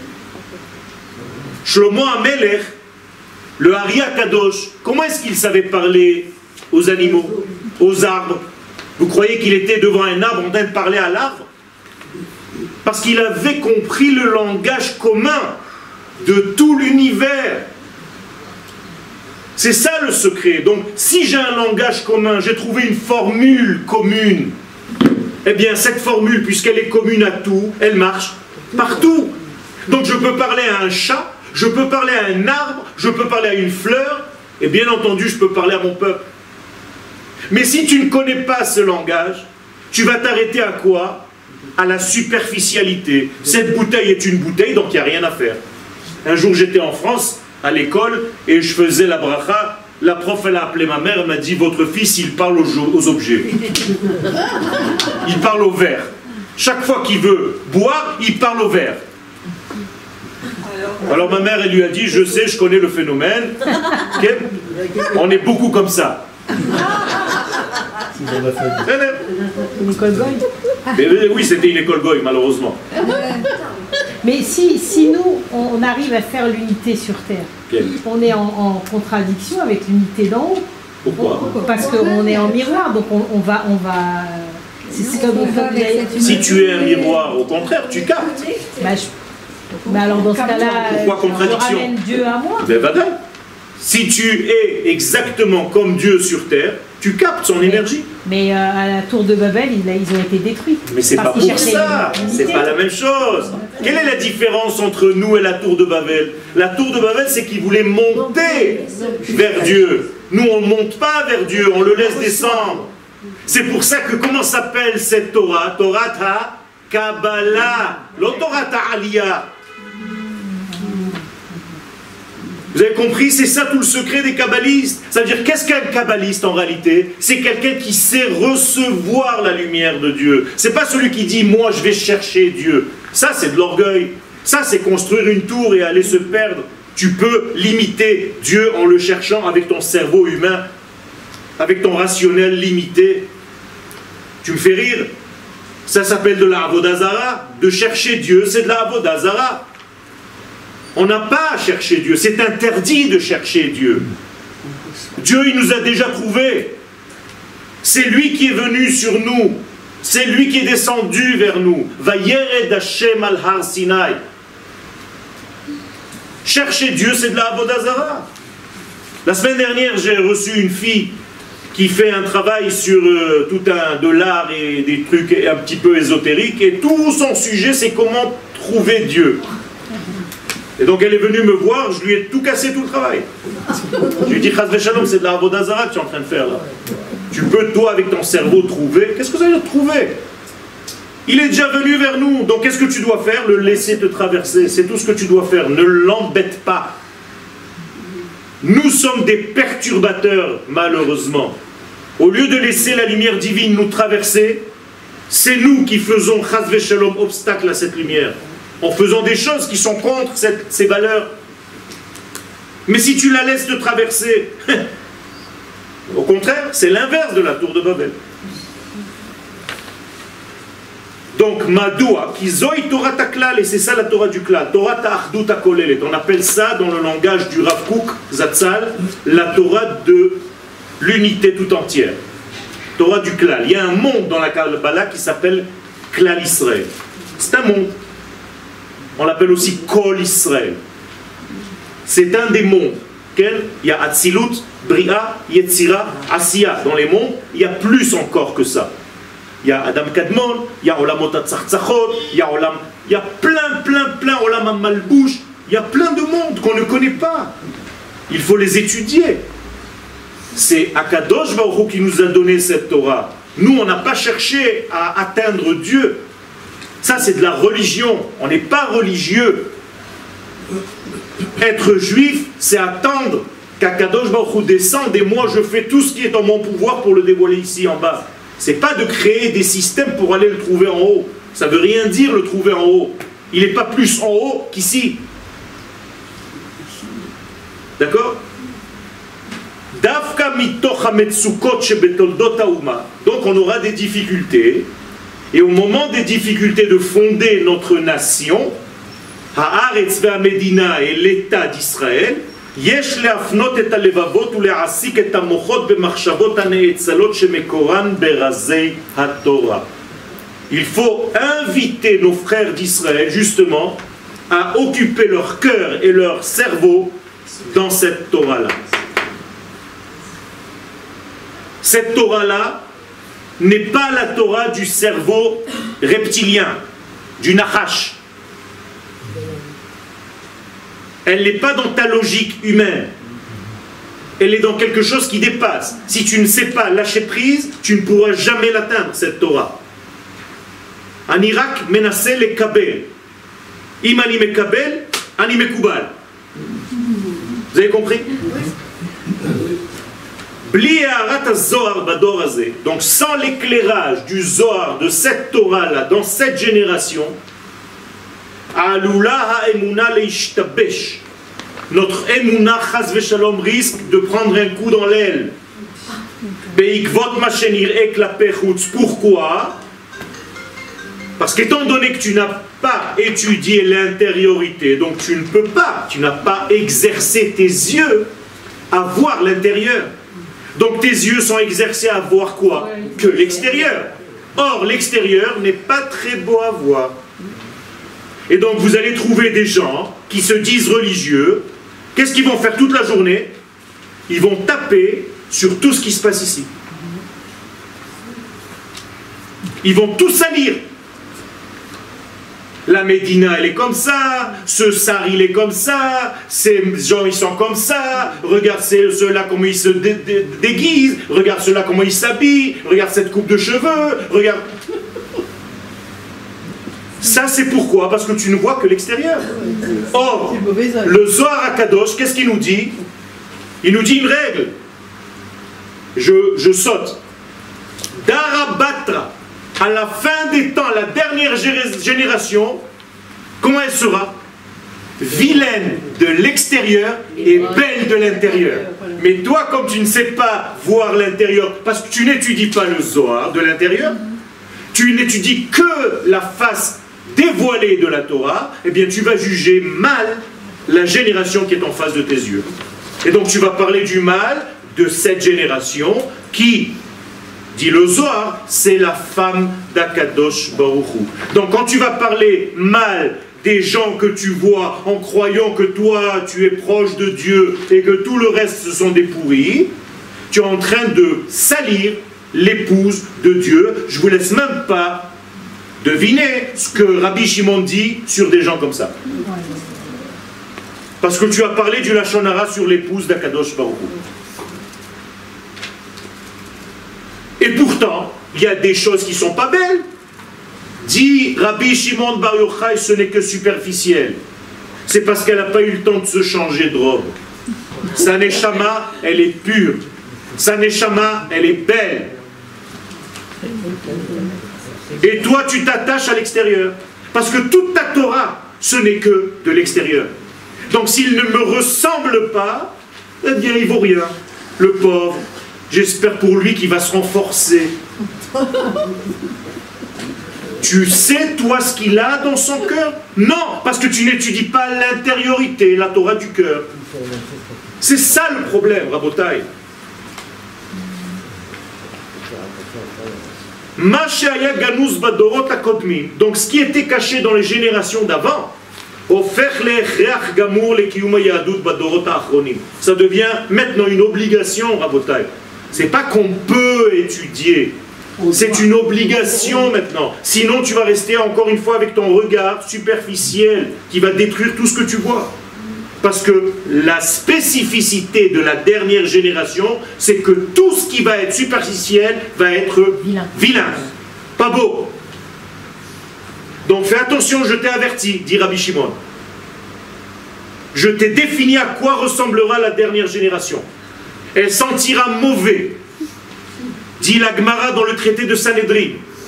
[SPEAKER 1] Shlomo HaMelech, le Ari HaKadosh, comment est-ce qu'il savait parler aux animaux, aux arbres? Vous croyez qu'il était devant un arbre en train de parler à l'arbre? Parce qu'il avait compris le langage commun de tout l'univers. C'est ça le secret. Donc, si j'ai un langage commun, j'ai trouvé une formule commune, eh bien, cette formule, puisqu'elle est commune à tout, elle marche partout. Donc, je peux parler à un chat, je peux parler à un arbre, je peux parler à une fleur, et bien entendu, je peux parler à mon peuple. Mais si tu ne connais pas ce langage, tu vas t'arrêter à quoi? À la superficialité. Cette bouteille est une bouteille, donc il n'y a rien à faire. Un jour, j'étais en France, à l'école, et je faisais la bracha. La prof, elle a appelé ma mère, elle m'a dit, votre fils, il parle aux, aux objets. Il parle au verre. Chaque fois qu'il veut boire, il parle au verre. Alors ma mère, elle lui a dit, je sais, je connais le phénomène. Okay? On est beaucoup comme ça.
[SPEAKER 2] Une école goy.
[SPEAKER 1] Mais, oui, c'était une école goy, malheureusement.
[SPEAKER 2] Mais si, si nous, on arrive à faire l'unité sur Terre,
[SPEAKER 1] Quelle? On
[SPEAKER 2] est en, en contradiction avec l'unité d'en haut.
[SPEAKER 1] Pourquoi?
[SPEAKER 2] Parce qu'on est en miroir, donc on, on va... On va c'est comme on fait.
[SPEAKER 1] Si tu es un miroir, au contraire, tu captes.
[SPEAKER 2] Bah, je, bah alors dans ce cas-là,
[SPEAKER 1] pourquoi contradiction?
[SPEAKER 2] je ramène Dieu à moi.
[SPEAKER 1] Ben voilà. Si tu es exactement comme Dieu sur terre, tu captes son énergie.
[SPEAKER 2] Mais euh, à la tour de Babel, ils, ils ont été détruits.
[SPEAKER 1] Mais c'est pas pour ça, c'est pas la même chose. Quelle est la différence entre nous et la tour de Babel? La tour de Babel, c'est qu'ils voulaient monter vers Dieu. Nous, on ne monte pas vers Dieu, on le laisse descendre. C'est pour ça que, comment s'appelle cette Torah? Torah ta Kabbalah, la Torah ta Aliyah. Vous avez compris? C'est ça tout le secret des kabbalistes. Ça veut dire, qu'est-ce qu'un kabbaliste en réalité? C'est quelqu'un qui sait recevoir la lumière de Dieu. C'est pas celui qui dit, moi je vais chercher Dieu. Ça c'est de l'orgueil. Ça c'est construire une tour et aller se perdre. Tu peux limiter Dieu en le cherchant avec ton cerveau humain, avec ton rationnel limité. Tu me fais rire? Ça s'appelle de la avodah zara. De chercher Dieu, c'est de la avodah zara. On n'a pas à chercher Dieu, c'est interdit de chercher Dieu. Dieu, il nous a déjà trouvé. C'est lui qui est venu sur nous. C'est lui qui est descendu vers nous. Vayered Hashem al Har Sinai. Chercher Dieu, c'est de la avodah zara. La semaine dernière, j'ai reçu une fille qui fait un travail sur euh, tout un de l'art et des trucs un petit peu ésotériques, et tout son sujet, c'est comment trouver Dieu. Et donc elle est venue me voir, je lui ai tout cassé, tout le travail. Je lui ai dit, Chas v'shalom, c'est de la avodah zara que tu es en train de faire là. Tu peux, toi, avec ton cerveau, trouver. Qu'est-ce que ça veut dire trouver? Il est déjà venu vers nous. Donc qu'est-ce que tu dois faire? Le laisser te traverser. C'est tout ce que tu dois faire. Ne l'embête pas. Nous sommes des perturbateurs, malheureusement. Au lieu de laisser la lumière divine nous traverser, c'est nous qui faisons chas v'shalom obstacle à cette lumière, en faisant des choses qui sont contre cette, ces valeurs. Mais si tu la laisses te traverser, au contraire, c'est l'inverse de la tour de Babel. Donc, Madoua, qui zoi Torah taklal, et c'est ça la Torah du klal, Torah ta'achdut hakolelet. On appelle ça, dans le langage du Rav Kook Zatzal, la Torah de l'unité tout entière. Torah du klal. Il y a un monde dans la Kabbalah qui s'appelle Klal Israël. C'est un monde. On l'appelle aussi Kol Israël. C'est un des mondes. Il y a Atzilut, Bria, Yetzira, Asiya. Dans les mondes, il y a plus encore que ça. Il y a Adam Kadmon, il y a Olamot Hatzartzachot, il y a Olam, il y a plein, plein, plein Olam HaMalbouch, il y a plein de mondes qu'on ne connaît pas. Il faut les étudier. C'est Akadosh Baruch Hu qui nous a donné cette Torah. Nous, on n'a pas cherché à atteindre Dieu. Ça, c'est de la religion. On n'est pas religieux. Être juif, c'est attendre qu'Akadosh Baruch Hu descende et moi, je fais tout ce qui est en mon pouvoir pour le dévoiler ici en bas. C'est pas de créer des systèmes pour aller le trouver en haut. Ça veut rien dire le trouver en haut. Il n'est pas plus en haut qu'ici. D'accord? Donc on aura des difficultés. Et au moment des difficultés de fonder notre nation, Haaretz ve'Hamedina et l'État d'Israël, יש להפנות את הלבבות ולהעסיק את המוחות במחשבות הנאצלות שמקורן ברזי התורה. Il faut inviter nos frères d'Israël justement à occuper leur cœur et leur cerveau dans cette Torah-là. Cette Torah-là n'est pas la Torah du cerveau reptilien, du Nachash. Elle n'est pas dans ta logique humaine. Elle est dans quelque chose qui dépasse. Si tu ne sais pas lâcher prise, tu ne pourras jamais l'atteindre, cette Torah. Anirak menase le kabel. Im ani mekabel, ani mekubal. Vous avez compris? Bli ha'arat ha-zohar bador hazeh. Donc sans l'éclairage du Zohar, de cette Torah-là, dans cette génération, notre émouna chas v'shalom risque de prendre un coup dans l'aile. Pourquoi? Parce qu'étant donné que tu n'as pas étudié l'intériorité, donc tu ne peux pas, tu n'as pas exercé tes yeux à voir l'intérieur. Donc tes yeux sont exercés à voir quoi? Que l'extérieur. Or l'extérieur n'est pas très beau à voir. Et donc vous allez trouver des gens qui se disent religieux. Qu'est-ce qu'ils vont faire toute la journée? Ils vont taper sur tout ce qui se passe ici. Ils vont tout salir. La Médina, elle est comme ça, ce Sar, il est comme ça, ces gens, ils sont comme ça, regarde ceux-là comment ils se dé dé déguisent, regarde ceux-là comment ils s'habillent, regarde cette coupe de cheveux, regarde... Ça, c'est pourquoi? Parce que tu ne vois que l'extérieur. Or, le Zohar HaKadosh, qu'est-ce qu'il nous dit? Il nous dit une règle. Je, je saute. Darabatra, à la fin des temps, la dernière génération, comment elle sera? Vilaine de l'extérieur et belle de l'intérieur. Mais toi, comme tu ne sais pas voir l'intérieur, parce que tu n'étudies pas le Zohar de l'intérieur, tu n'étudies que la face dévoilée de la Torah, eh bien tu vas juger mal la génération qui est en face de tes yeux. Et donc tu vas parler du mal de cette génération qui, dit le Zohar, c'est la femme d'Akadosh Baruch Hu. Donc quand tu vas parler mal des gens que tu vois en croyant que toi tu es proche de Dieu et que tout le reste ce sont des pourris, tu es en train de salir l'épouse de Dieu. Je vous laisse même pas deviner ce que Rabbi Shimon dit sur des gens comme ça. Parce que tu as parlé du Lachon Hara sur l'épouse d'Akadosh Baruch Hu. Et pourtant, il y a des choses qui ne sont pas belles. Dit Rabbi Shimon Bar Yochai, ce n'est que superficiel. C'est parce qu'elle n'a pas eu le temps de se changer de robe. Sa neshama, elle est pure. Sa neshama, elle est belle. Et toi, tu t'attaches à l'extérieur. Parce que toute ta Torah, ce n'est que de l'extérieur. Donc s'il ne me ressemble pas, eh bien, il vaut rien. Le pauvre, j'espère pour lui qu'il va se renforcer. Tu sais, toi, ce qu'il a dans son cœur? Non, parce que tu n'étudies pas l'intériorité, la Torah du cœur. C'est ça le problème, Rabotai. Donc ce qui était caché dans les générations d'avant, ça devient maintenant une obligation, Rabotai. C'est pas qu'on peut étudier, c'est une obligation maintenant. Sinon tu vas rester encore une fois avec ton regard superficiel qui va détruire tout ce que tu vois. Parce que la spécificité de la dernière génération, c'est que tout ce qui va être superficiel va être vilain. vilain. Pas beau. Donc fais attention, je t'ai averti, dit Rabbi Shimon. Je t'ai défini à quoi ressemblera la dernière génération. Elle sentira mauvais, dit la Gemara dans le traité de Sanhedrin.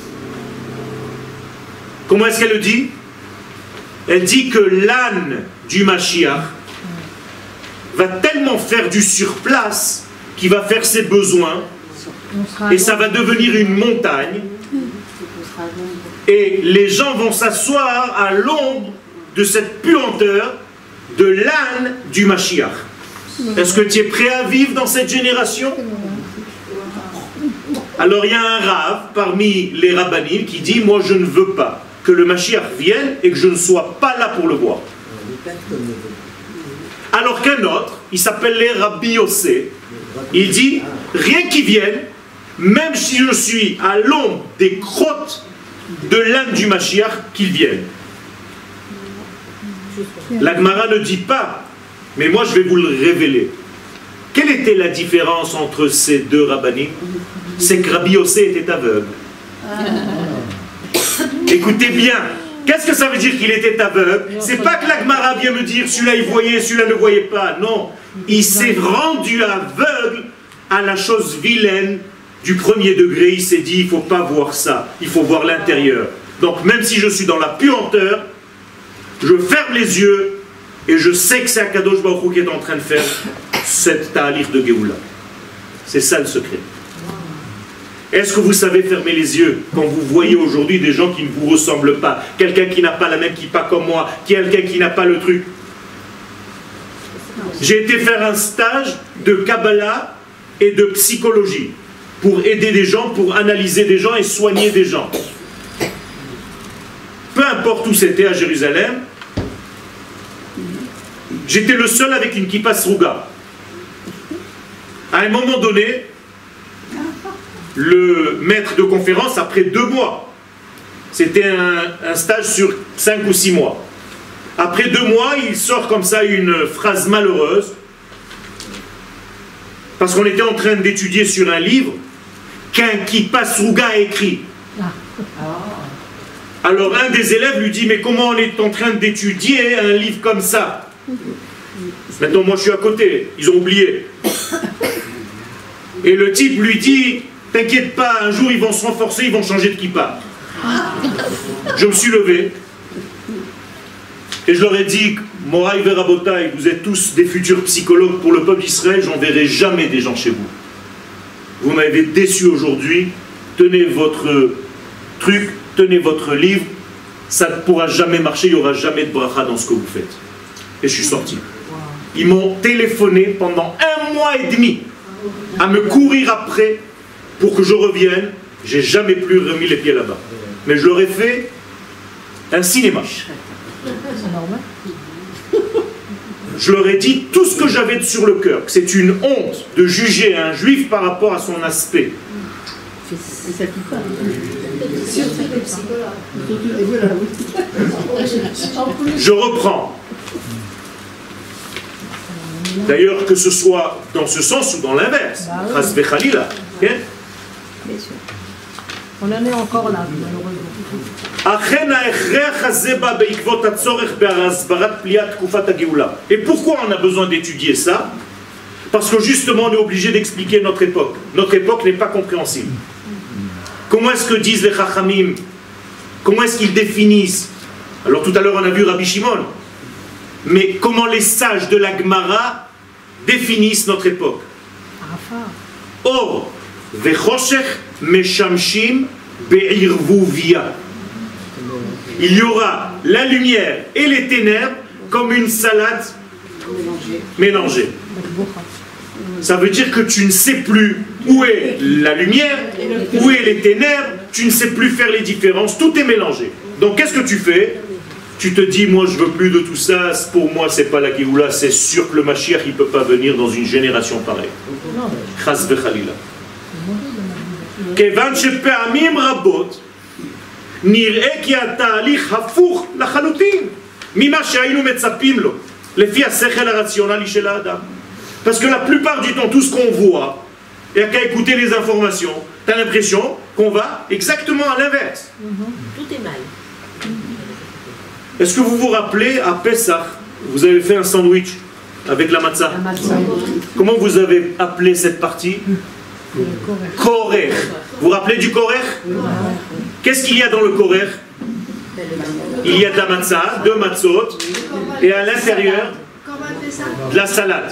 [SPEAKER 1] Comment est-ce qu'elle le dit? Elle dit que l'âne du Mashiach va tellement faire du surplace qu'il va faire ses besoins et ça va devenir une montagne et les gens vont s'asseoir à l'ombre de cette puanteur de l'âne du Mashiach. Est-ce que tu es prêt à vivre dans cette génération? Alors il y a un rave parmi les rabbanim qui dit: moi je ne veux pas que le Mashiach vienne et que je ne sois pas là pour le voir. Alors qu'un autre, il s'appelle les Rabbi Yossé, il dit: rien qu'il vienne, même si je suis à l'ombre des crottes de l'âme du Mashiach, qu'il vienne. La Gemara ne dit pas, mais moi je vais vous le révéler. Quelle était la différence entre ces deux rabbanim? C'est que Rabbi Yossé était aveugle. Écoutez bien, qu'est-ce que ça veut dire qu'il était aveugle? C'est pas que la Gemara vient me dire celui-là il voyait, celui-là ne voyait pas. Non, il s'est rendu aveugle à la chose vilaine du premier degré. Il s'est dit: il ne faut pas voir ça, il faut voir l'intérieur. Donc même si je suis dans la puanteur, je ferme les yeux et je sais que c'est Akadosh Baruch Hu qui est en train de faire cette ta'alir de Géoula. C'est ça le secret. Est-ce que vous savez fermer les yeux quand vous voyez aujourd'hui des gens qui ne vous ressemblent pas? Quelqu'un qui n'a pas la même kippa comme moi, quelqu'un qui n'a pas le truc. J'ai été faire un stage de Kabbalah et de psychologie pour aider des gens, pour analyser des gens et soigner des gens. Peu importe où c'était à Jérusalem, j'étais le seul avec une kippa sruga. À un moment donné, le maître de conférence, après deux mois, c'était un, un stage sur cinq ou six mois. Après deux mois, il sort comme ça une phrase malheureuse, parce qu'on était en train d'étudier sur un livre qu'un kippa sruga a écrit. Alors un des élèves lui dit: mais comment on est en train d'étudier un livre comme ça? Maintenant moi je suis à côté, ils ont oublié. Et le type lui dit: t'inquiète pas, un jour ils vont se renforcer, ils vont changer de kippa. Je me suis levé et je leur ai dit: Moraï Verabotaï, vous êtes tous des futurs psychologues pour le peuple d'Israël, j'enverrai jamais des gens chez vous. Vous m'avez déçu aujourd'hui, tenez votre truc, tenez votre livre, ça ne pourra jamais marcher, il n'y aura jamais de bracha dans ce que vous faites. Et je suis sorti. Ils m'ont téléphoné pendant un mois et demi à me courir après pour que je revienne. J'ai jamais plus remis les pieds là-bas. Mais je leur ai fait un cinéma. Je leur ai dit tout ce que j'avais sur le cœur, que c'est une honte de juger un juif par rapport à son aspect. Je reprends. D'ailleurs, que ce soit dans ce sens ou dans l'inverse.
[SPEAKER 2] On en est encore là, malheureusement.
[SPEAKER 1] Et pourquoi on a besoin d'étudier ça? Parce que justement on est obligé d'expliquer notre époque. Notre époque n'est pas compréhensible. Comment est-ce que disent les Chachamim? Comment est-ce qu'ils définissent? Alors tout à l'heure on a vu Rabbi Shimon. Mais comment les sages de la Gemara définissent notre époque? Or, vechoshech meshamshim be'irvuvia. Il y aura la lumière et les ténèbres comme une salade mélangée. Ça veut dire que tu ne sais plus où est la lumière, où est les ténèbres, tu ne sais plus faire les différences, tout est mélangé. Donc qu'est-ce que tu fais? Tu te dis, moi je veux plus de tout ça, pour moi c'est pas la Géoula, c'est sûr que le Mashiach il peut pas venir dans une génération pareille. Chas v'chalila. Kevan shepe'amim rabot nir'e ki ha'ta'alich hafuch lachalutin mima she'aynu metzapim lo lefi ha'sechel ha'rationali shel ha'adam. Parce que la plupart du temps, tout ce qu'on voit, et qu'à écouter les informations, tu as l'impression qu'on va exactement à l'inverse.
[SPEAKER 5] Tout est mal.
[SPEAKER 1] Est-ce que vous vous rappelez, à Pessah, vous avez fait un sandwich avec la matzah?
[SPEAKER 2] La matzah.
[SPEAKER 1] Comment vous avez appelé cette partie? Korer. Vous vous rappelez du korer? Qu'est-ce qu'il y a dans le korer? Il y a de la matzah, deux matzot, et à l'intérieur, de la salade.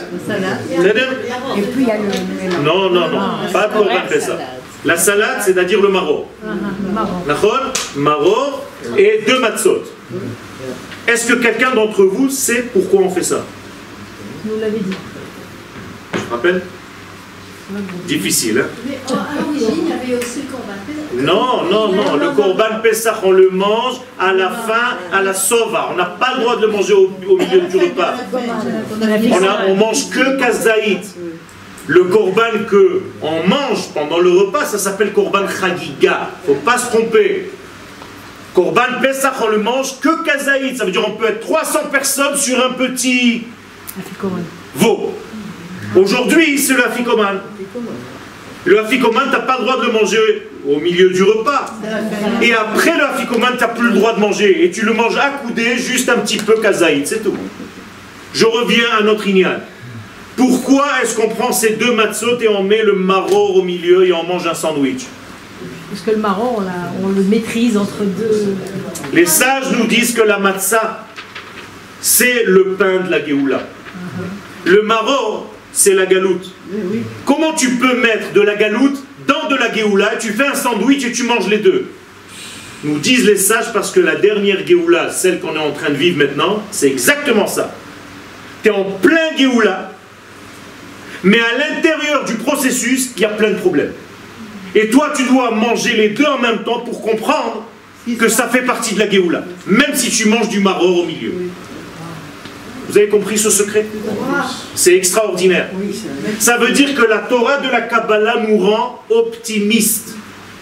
[SPEAKER 2] Et puis il y a le...
[SPEAKER 1] Non, non, non, pas de korban Pessah. La salade, c'est-à-dire le maror. Nachon, maror et deux matzot. Est-ce que quelqu'un d'entre vous sait pourquoi on fait ça?
[SPEAKER 2] Vous l'avez dit.
[SPEAKER 1] Je me rappelle? Difficile, hein?
[SPEAKER 3] Mais à l'origine, il y avait aussi le korban Pessah.
[SPEAKER 1] Non, non, non. Le korban Pessah, on le mange à la fin, à la sova. On n'a pas le droit de le manger au, au milieu du repas. On, a, on mange que kazaït. Le korban que on mange pendant le repas, ça s'appelle korban chagiga. Faut pas se tromper. Korban Pessah, on le mange que kazaït. Ça veut dire on peut être trois cents personnes sur un petit veau. Aujourd'hui, c'est le afikoman. Le afikoman, tu n'as pas le droit de le manger au milieu du repas. Et après le afikoman, tu n'as plus le droit de manger. Et tu le manges accoudé, juste un petit peu kazaït, c'est tout. Je reviens à notre inyan. Pourquoi est-ce qu'on prend ces deux matzot et on met le maror au milieu et on mange un sandwich?
[SPEAKER 2] Parce que le maror, on, l'a- on le maîtrise entre deux...
[SPEAKER 1] Les sages nous disent que la matzah, c'est le pain de la Géoula. Le maror, c'est la galoute. Comment tu peux mettre de la galoute dans de la Géoula, tu fais un sandwich et tu manges les deux? Nous disent les sages parce que la dernière Géoula, celle qu'on est en train de vivre maintenant, c'est exactement ça. Tu es en plein Géoula, mais à l'intérieur du processus, il y a plein de problèmes. Et toi, tu dois manger les deux en même temps pour comprendre que ça fait partie de la Géoula, même si tu manges du maror au milieu. Vous avez compris ce secret? C'est extraordinaire. Ça veut dire que la Torah de la Kabbalah nous rend optimistes.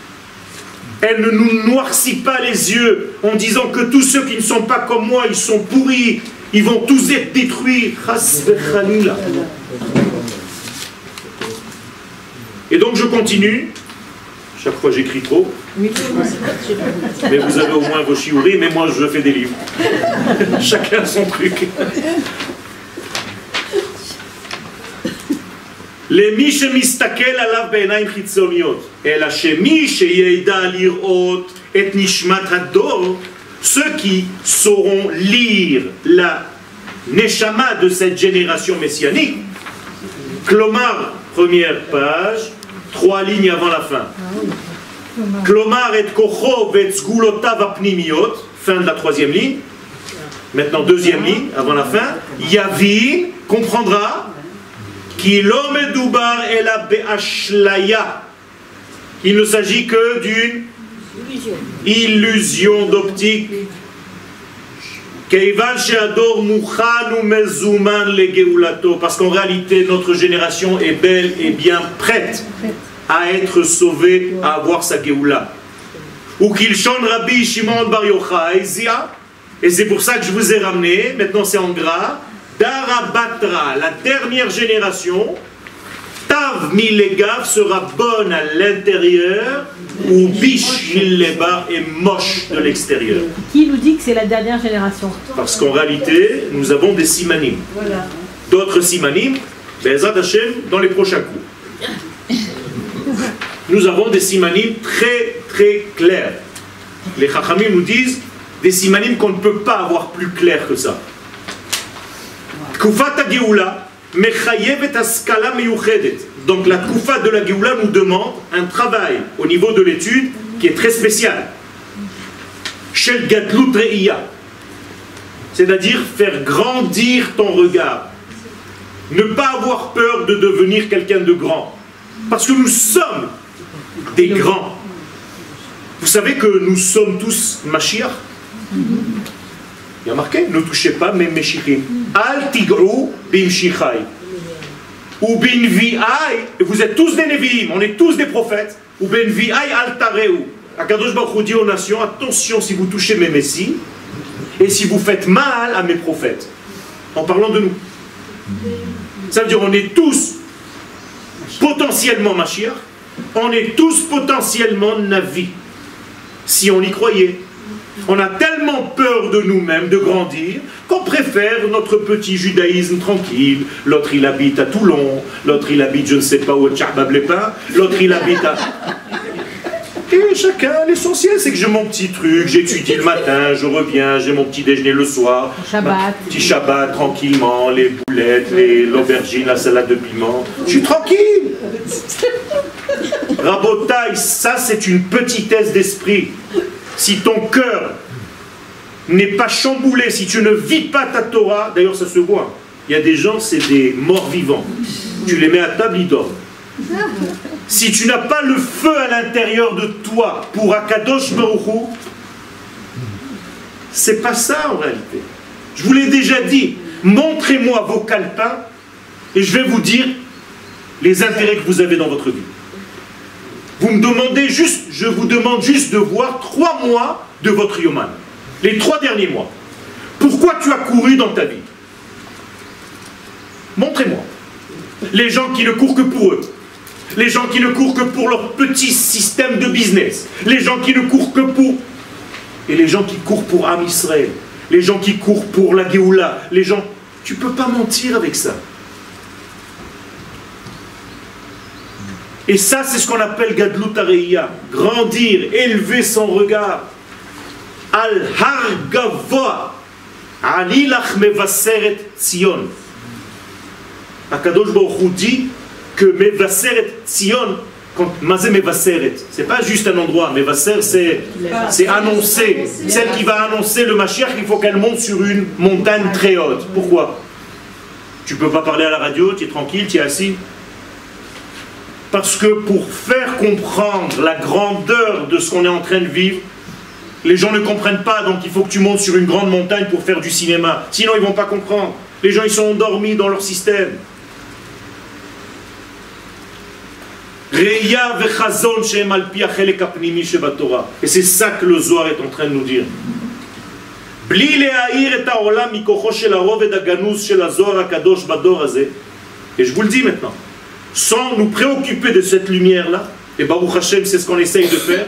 [SPEAKER 1] Elle ne nous noircit pas les yeux en disant que tous ceux qui ne sont pas comme moi, ils sont pourris, ils vont tous être détruits. Et donc je continue. Chaque fois j'écris trop. Mais vous avez au moins vos shiurim, mais moi je fais des livres. Chacun son truc. למי שמסתכל עליו בעיניים חיצוניות, אלא שמי שידע לראות את נשמת הדור, ceux qui sauront lire la neshama de cette génération messianique, Klomar, première page, trois lignes avant la fin. Klomar et kocho vet sgulotav apnimiot, fin de la troisième ligne. Maintenant deuxième ligne avant la fin. Yavin comprendra qui l'homme doubar et la be'ashlaya. Il ne s'agit que d'une illusion d'optique. Parce qu'en réalité, notre génération est belle et bien prête à être sauvée, à avoir sa Géoula. Ou qu'il chante Rabbi Shimon Bar Yochai, Zia, et c'est pour ça que je vous ai ramené, maintenant c'est en gras, Darabatra, la dernière génération, Tav milegav sera bonne à l'intérieur, ou bish mileba est moche de l'extérieur.
[SPEAKER 2] Qui nous dit que c'est la dernière génération?
[SPEAKER 1] Parce qu'en réalité, nous avons des simanim.
[SPEAKER 3] Voilà.
[SPEAKER 1] D'autres simanim, Be'ezrat Hashem, dans les prochains cours. Nous avons des simanim très très clairs. Les chachamim nous disent des simanim qu'on ne peut pas avoir plus clair que ça. Kufat ha-Geoula mechayevet haskala meyuchedet. Donc la Kufa de la Geoula nous demande un travail au niveau de l'étude qui est très spécial. Shel gadlut reiya, c'est-à-dire faire grandir ton regard. Ne pas avoir peur de devenir quelqu'un de grand. Parce que nous sommes des grands. Vous savez que nous sommes tous Mashiach. Il y a marqué, ne touchez pas mes Meshichim. Al tigrou bimshichai. Ou binvi'ai, vous êtes tous des Nevi'im, on est tous des prophètes. Ou binvi'ai al tareu. Akadosh Baruch Hu dit aux nations, attention si vous touchez mes messies, et si vous faites mal à mes prophètes. En parlant de nous. Ça veut dire on est tous potentiellement Mashiach, on est tous potentiellement Navi. Si on y croyait. On a tellement peur de nous-mêmes, de grandir, qu'on préfère notre petit judaïsme tranquille. L'autre il habite à Toulon, l'autre il habite je ne sais pas où, à Tcharbab-les-Pins, l'autre il habite à... Et chacun, l'essentiel c'est que j'ai mon petit truc, j'étudie le matin, je reviens, j'ai mon petit déjeuner le soir.
[SPEAKER 2] Shabbat.
[SPEAKER 1] Petit Shabbat, tranquillement, les boulettes, l'aubergine, la salade de piment. Je suis tranquille. Rabotaï, ça c'est une petitesse d'esprit. Si ton cœur n'est pas chamboulé, si tu ne vis pas ta Torah, d'ailleurs ça se voit, il y a des gens, c'est des morts vivants. Tu les mets à table, ils dorment. Si tu n'as pas le feu à l'intérieur de toi pour Akadosh Baruch Hu, c'est pas ça en réalité. Je vous l'ai déjà dit, montrez-moi vos calepins et je vais vous dire les intérêts que vous avez dans votre vie. Vous me demandez juste, je vous demande juste de voir trois mois de votre Yoman. Les trois derniers mois. Pourquoi tu as couru dans ta vie? Montrez-moi. Les gens qui ne courent que pour eux. Les gens qui ne courent que pour leur petit système de business. Les gens qui ne courent que pour... Et les gens qui courent pour Am Israël. Les gens qui courent pour la Géoula. Les gens... Tu ne peux pas mentir avec ça. Et ça, c'est ce qu'on appelle Gadlut ha-Reiya. Grandir, élever son regard. Al-Har Gavoa. Alilach Mevaseret Tzion. Akadosh Baruch Hu dit que Mevaseret Tzion, quand Mazé Mevaseret, c'est pas juste un endroit, Mevaser c'est annoncer. Celle qui va annoncer le Mashiach, il faut qu'elle monte sur une montagne très haute. Pourquoi? Tu peux pas parler à la radio, tu es tranquille, tu es assis. Parce que pour faire comprendre la grandeur de ce qu'on est en train de vivre, les gens ne comprennent pas, donc il faut que tu montes sur une grande montagne pour faire du cinéma. Sinon ils ne vont pas comprendre. Les gens ils sont endormis dans leur système. Et c'est ça que le Zohar est en train de nous dire. Et je vous le dis maintenant, sans nous préoccuper de cette lumière-là, et Baruch Hashem, c'est ce qu'on essaye de faire,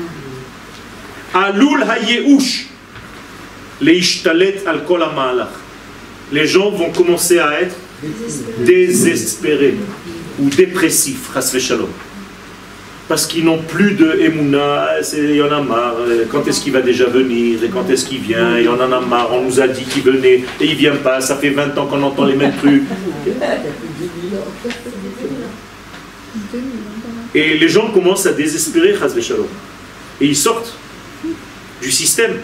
[SPEAKER 1] Alul hayeush leishtalet al kol ha'malach. Les gens vont commencer à être désespérés ou dépressifs, chas v'shalom. Parce qu'ils n'ont plus de émouna, il y en a marre, quand est-ce qu'il va déjà venir, et quand est-ce qu'il vient, et on en a marre, on nous a dit qu'il venait, et il ne vient pas, ça fait vingt ans qu'on entend les mêmes trucs. Et les gens commencent à désespérer, chas v'shalom. Et ils sortent du système.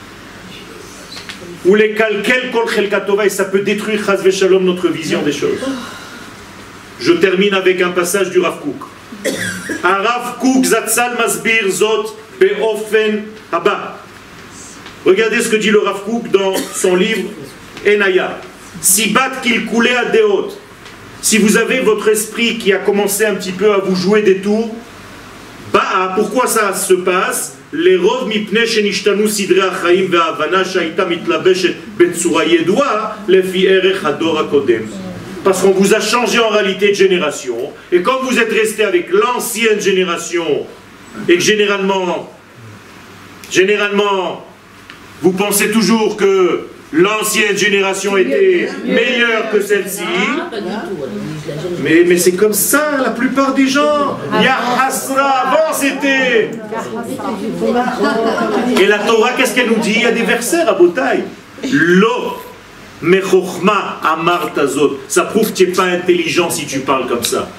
[SPEAKER 1] Ou les kalkel kol chelkatova, et ça peut détruire chas v'shalom notre vision des choses. Je termine avec un passage du Rav Kook. Rav Kook zatzal masbir zot beofen haba. Regardez ce que dit le Rav Kook dans son livre Enaya. Sibat kil koulé à deot. Si vous avez votre esprit qui a commencé un petit peu à vous jouer des tours, bah, pourquoi ça se passe? Les rov mipne shenishtanu sidre achaim ve'avana shaita mitlabeshet betsura yedua lefi erech hador hakodem. Parce qu'on vous a changé en réalité de génération. Et quand vous êtes resté avec l'ancienne génération, et que généralement, généralement, vous pensez toujours que l'ancienne génération était meilleure que celle-ci. Mais, mais c'est comme ça, la plupart des gens. Ya Hasra, avant c'était. Et la Torah, qu'est-ce qu'elle nous dit? Il y a des versets à Botaï. Lo mechochma amar tazot. Ça prouve que tu n'es pas intelligent si tu parles comme ça.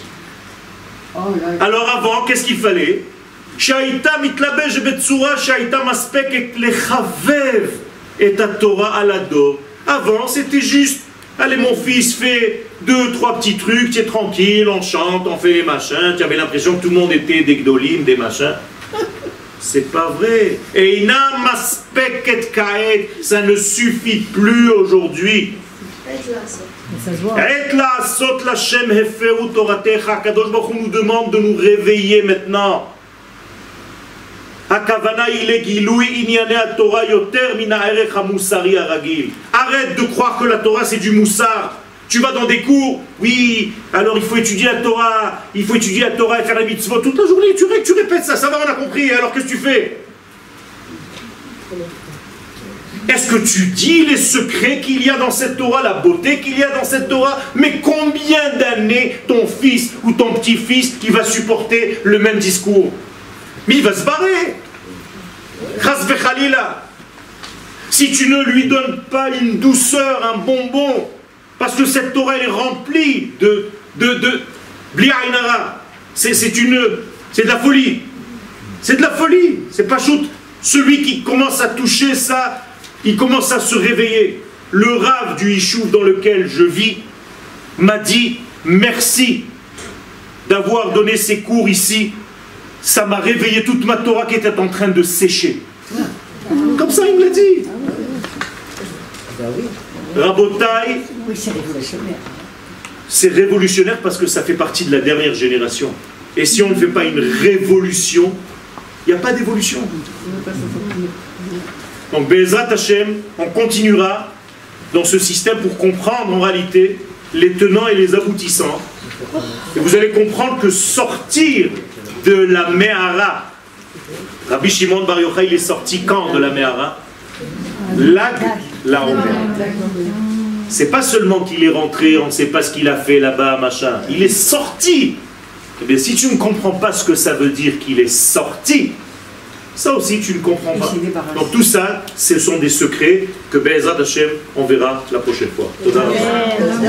[SPEAKER 1] Alors avant, qu'est-ce qu'il fallait? Shaïta mitlabesh betsura shaïta maspeket lechavev et ta Torah à l'ado. Avant, c'était juste, allez mon fils, fais deux, trois petits trucs, tu es tranquille, on chante, on fait les machins, tu avais l'impression que tout le monde était des gdolim, des machins. C'est pas vrai. Et ina maspeket kaed, ça ne suffit plus aujourd'hui. Et la sot la shem heferu toratecha, Kadosh Baruch Hu nous demande de nous réveiller maintenant. Arrête de croire que la Torah c'est du moussar. Tu vas dans des cours, oui, alors il faut étudier la Torah, il faut étudier la Torah et faire la mitzvot toute la journée, tu, tu répètes ça, ça va, on a compris, alors qu'est-ce que tu fais? Est-ce que tu dis les secrets qu'il y a dans cette Torah, la beauté qu'il y a dans cette Torah? Mais combien d'années ton fils ou ton petit-fils qui va supporter le même discours? Mais il va se barrer. Chas v'chalila. Si tu ne lui donnes pas une douceur, un bonbon, parce que cette Torah elle est remplie de de de bli aynara. C'est c'est une c'est de la folie. C'est de la folie. C'est pas shoot. Celui qui commence à toucher ça, il commence à se réveiller. Le rave du Yishuv dans lequel je vis m'a dit merci d'avoir donné ces cours ici. Ça m'a réveillé toute ma Torah qui était en train de sécher. Comme ça, il me l'a dit. Rabotai, c'est révolutionnaire parce que ça fait partie de la dernière génération. Et si on ne fait pas une révolution, il n'y a pas d'évolution. Donc, Be'ezrat Hashem, on continuera dans ce système pour comprendre en réalité les tenants et les aboutissants. Et vous allez comprendre que sortir de la Mehara. Rabbi Shimon Bar Yochai, il est sorti quand de la Mehara? Lag la Omer. C'est pas seulement qu'il est rentré, on ne sait pas ce qu'il a fait là-bas, machin. Il est sorti. Eh bien, si tu ne comprends pas ce que ça veut dire qu'il est sorti, ça aussi tu ne comprends pas. Donc tout ça, ce sont des secrets que Be'ezrat Hashem, on verra la prochaine fois.